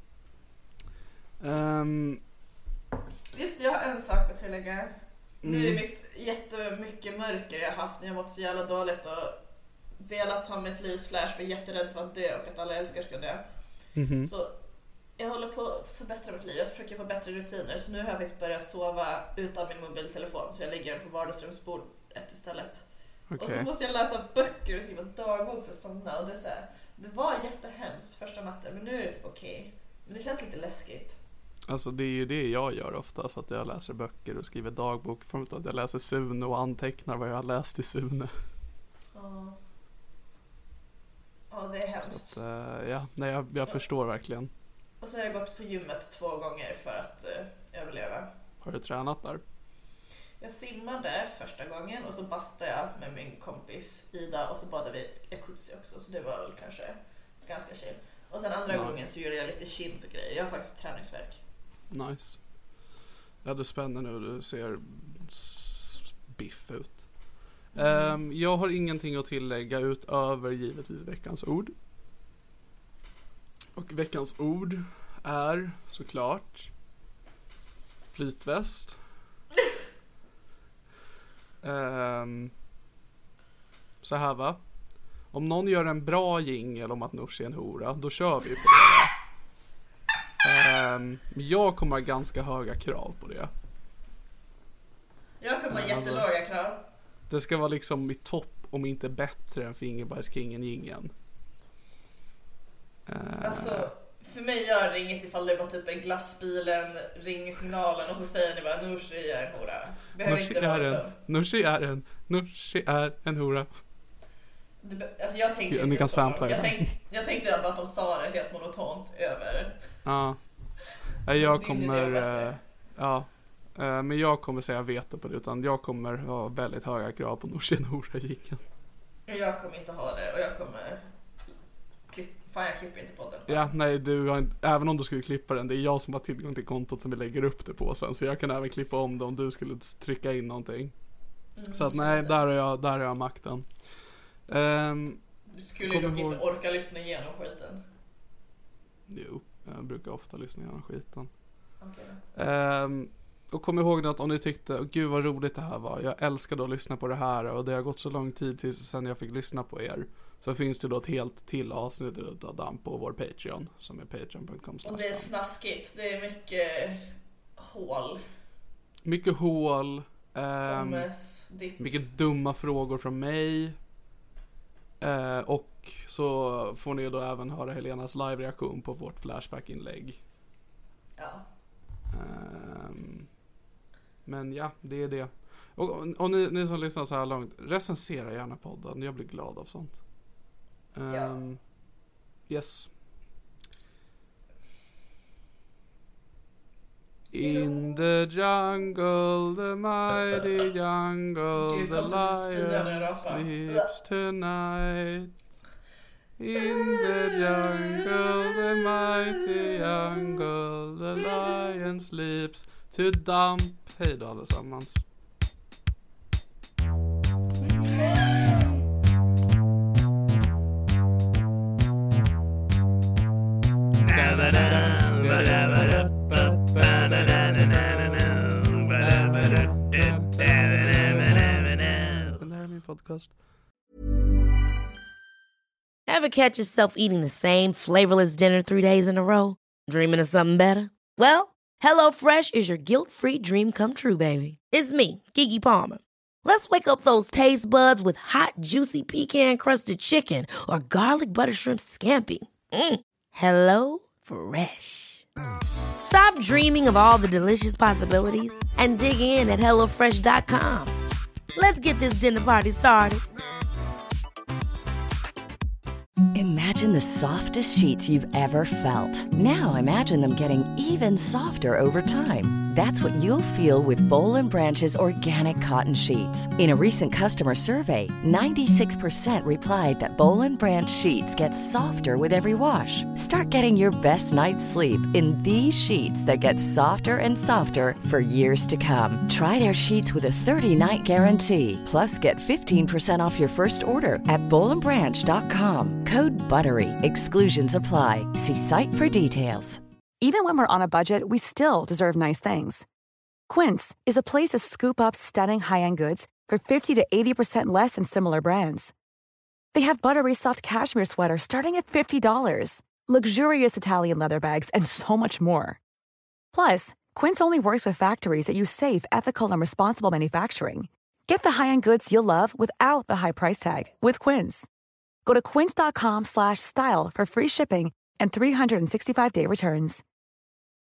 Um...
Just det, jag har en sak att tillägga. Mm. Nu är mitt jättemycket mörker jag har haft när jag mått så jävla dåligt och velat ta mitt liv slash var jätterädd för att dö och att alla älskar ska dö. Mm-hmm. Så jag håller på att förbättra mitt liv. Jag försöker få bättre rutiner. Så nu har jag faktiskt börjat sova utan min mobiltelefon. Så jag lägger den på vardagsrumsbordet istället. Okay. Och så måste jag läsa böcker och skriva dagbok för att somna. Och det, är så här, det var jättehemskt första natten, men nu är det typ okej. Okay. Men det känns lite läskigt.
Alltså det är ju det jag gör ofta, så att jag läser böcker och skriver dagbok. Från att jag läser Sune och antecknar vad jag har läst i Sune.
Ja. Ja, det är hemskt.
Så att, uh, ja, nej, jag, jag förstår verkligen.
Och så har jag gått på gymmet två gånger för att uh, överleva.
Har du tränat där?
Jag simmade första gången och så bastade jag med min kompis Ida och så badade vi jacuzzi också, så det var väl kanske ganska chill. Och sen andra nice. gången så gjorde jag lite chins och grejer. Jag har faktiskt träningsvärk.
Nice. Ja, du spänner nu. Du ser biff ut. Mm. Um, jag har ingenting att tillägga utöver givetvis veckans ord. Och veckans ord är såklart flytväst. um, så här va. Om någon gör en bra jingle om att Nooshi är en hora, då kör vi på det. um, jag kommer ha ganska höga krav på det.
Jag kommer ha jättelåga krav.
Det ska vara liksom i topp, om inte bättre än Fingerbajskingen jingeln. Uh,
alltså, För mig gör det inget ifall det var typ en glassbilen, ringsignalen och så säger ni bara Nooshi är en hora. Behöver
Nooshi
inte vara
är en,
så.
Nooshi är en, Nooshi är en hora.
Det, alltså jag tänkte
Ja,
inte
ni kan
så.
sampla
Jag,
det.
tänk, jag tänkte bara att de sa det helt monotont över.
Ja. Nej, jag
Din
kommer...
idé var bättre.
eh, ja. Eh, men jag kommer säga veto på det. Utan jag kommer ha väldigt höga krav på Nooshi en hora-giken.
Och jag kommer inte ha det och jag kommer... Klipp, fan jag klipper inte podden.
Ja, nej, du har inte, även om du skulle klippa den, det är jag som har tillgång till kontot som vi lägger upp det på sen. Så jag kan även klippa om det om du skulle trycka in någonting.
Mm,
Så att nej, där är jag, där är jag makten. Um,
du skulle ju dock ihåg... inte orka lyssna igenom skiten.
Jo, jag brukar ofta lyssna igenom skiten.
Okay.
Um, och kom ihåg att om ni tyckte, oh, gud vad roligt det här var. Jag älskade att lyssna på det här och det har gått så lång tid tills sen jag fick lyssna på er. Så finns det då ett helt till avsnitt av Dan på vår Patreon som är patreon punkt com.
Och det är snaskigt, det är mycket hål.
Mycket hål. Um,
Pommes, dipp.
Mycket dumma frågor från mig. Uh, och så får ni då även höra Helenas live-reaktion på vårt Flashback-inlägg.
Ja.
Um, men ja, det är det. Och, och, och ni, ni som lyssnar så här långt, recensera gärna podden. Jag blir glad av sånt. Um,
ja.
Yes. In the jungle, the mighty jungle,
Gud,
the lion
spy,
sleeps tonight. In the jungle, the mighty jungle, the lion sleeps to dump. Hej då allesammans. Podcast.
Ever catch yourself eating the same flavorless dinner three days in a row? Dreaming of something better? Well, HelloFresh is your guilt-free dream come true, baby. It's me, Keke Palmer. Let's wake up those taste buds with hot, juicy pecan-crusted chicken or garlic butter shrimp scampi. Mm. Hello Fresh. Stop dreaming of all the delicious possibilities and dig in at hello fresh dot com. Let's get this dinner party started.
Imagine the softest sheets you've ever felt. Now imagine them getting even softer over time. That's what you'll feel with Boll and Branch's organic cotton sheets. In a recent customer survey, ninety-six percent replied that Boll and Branch sheets get softer with every wash. Start getting your best night's sleep in these sheets that get softer and softer for years to come. Try their sheets with a thirty-night guarantee. Plus, get fifteen percent off your first order at boll and branch dot com. Code BUTTERY. Exclusions apply. See site for details.
Even when we're on a budget, we still deserve nice things. Quince is a place to scoop up stunning high-end goods for fifty to eighty percent less than similar brands. They have buttery soft cashmere sweaters starting at fifty dollars, luxurious Italian leather bags, and so much more. Plus, Quince only works with factories that use safe, ethical, and responsible manufacturing. Get the high-end goods you'll love without the high price tag with Quince. Go to quince dot com slash style for free shipping and three sixty-five day returns.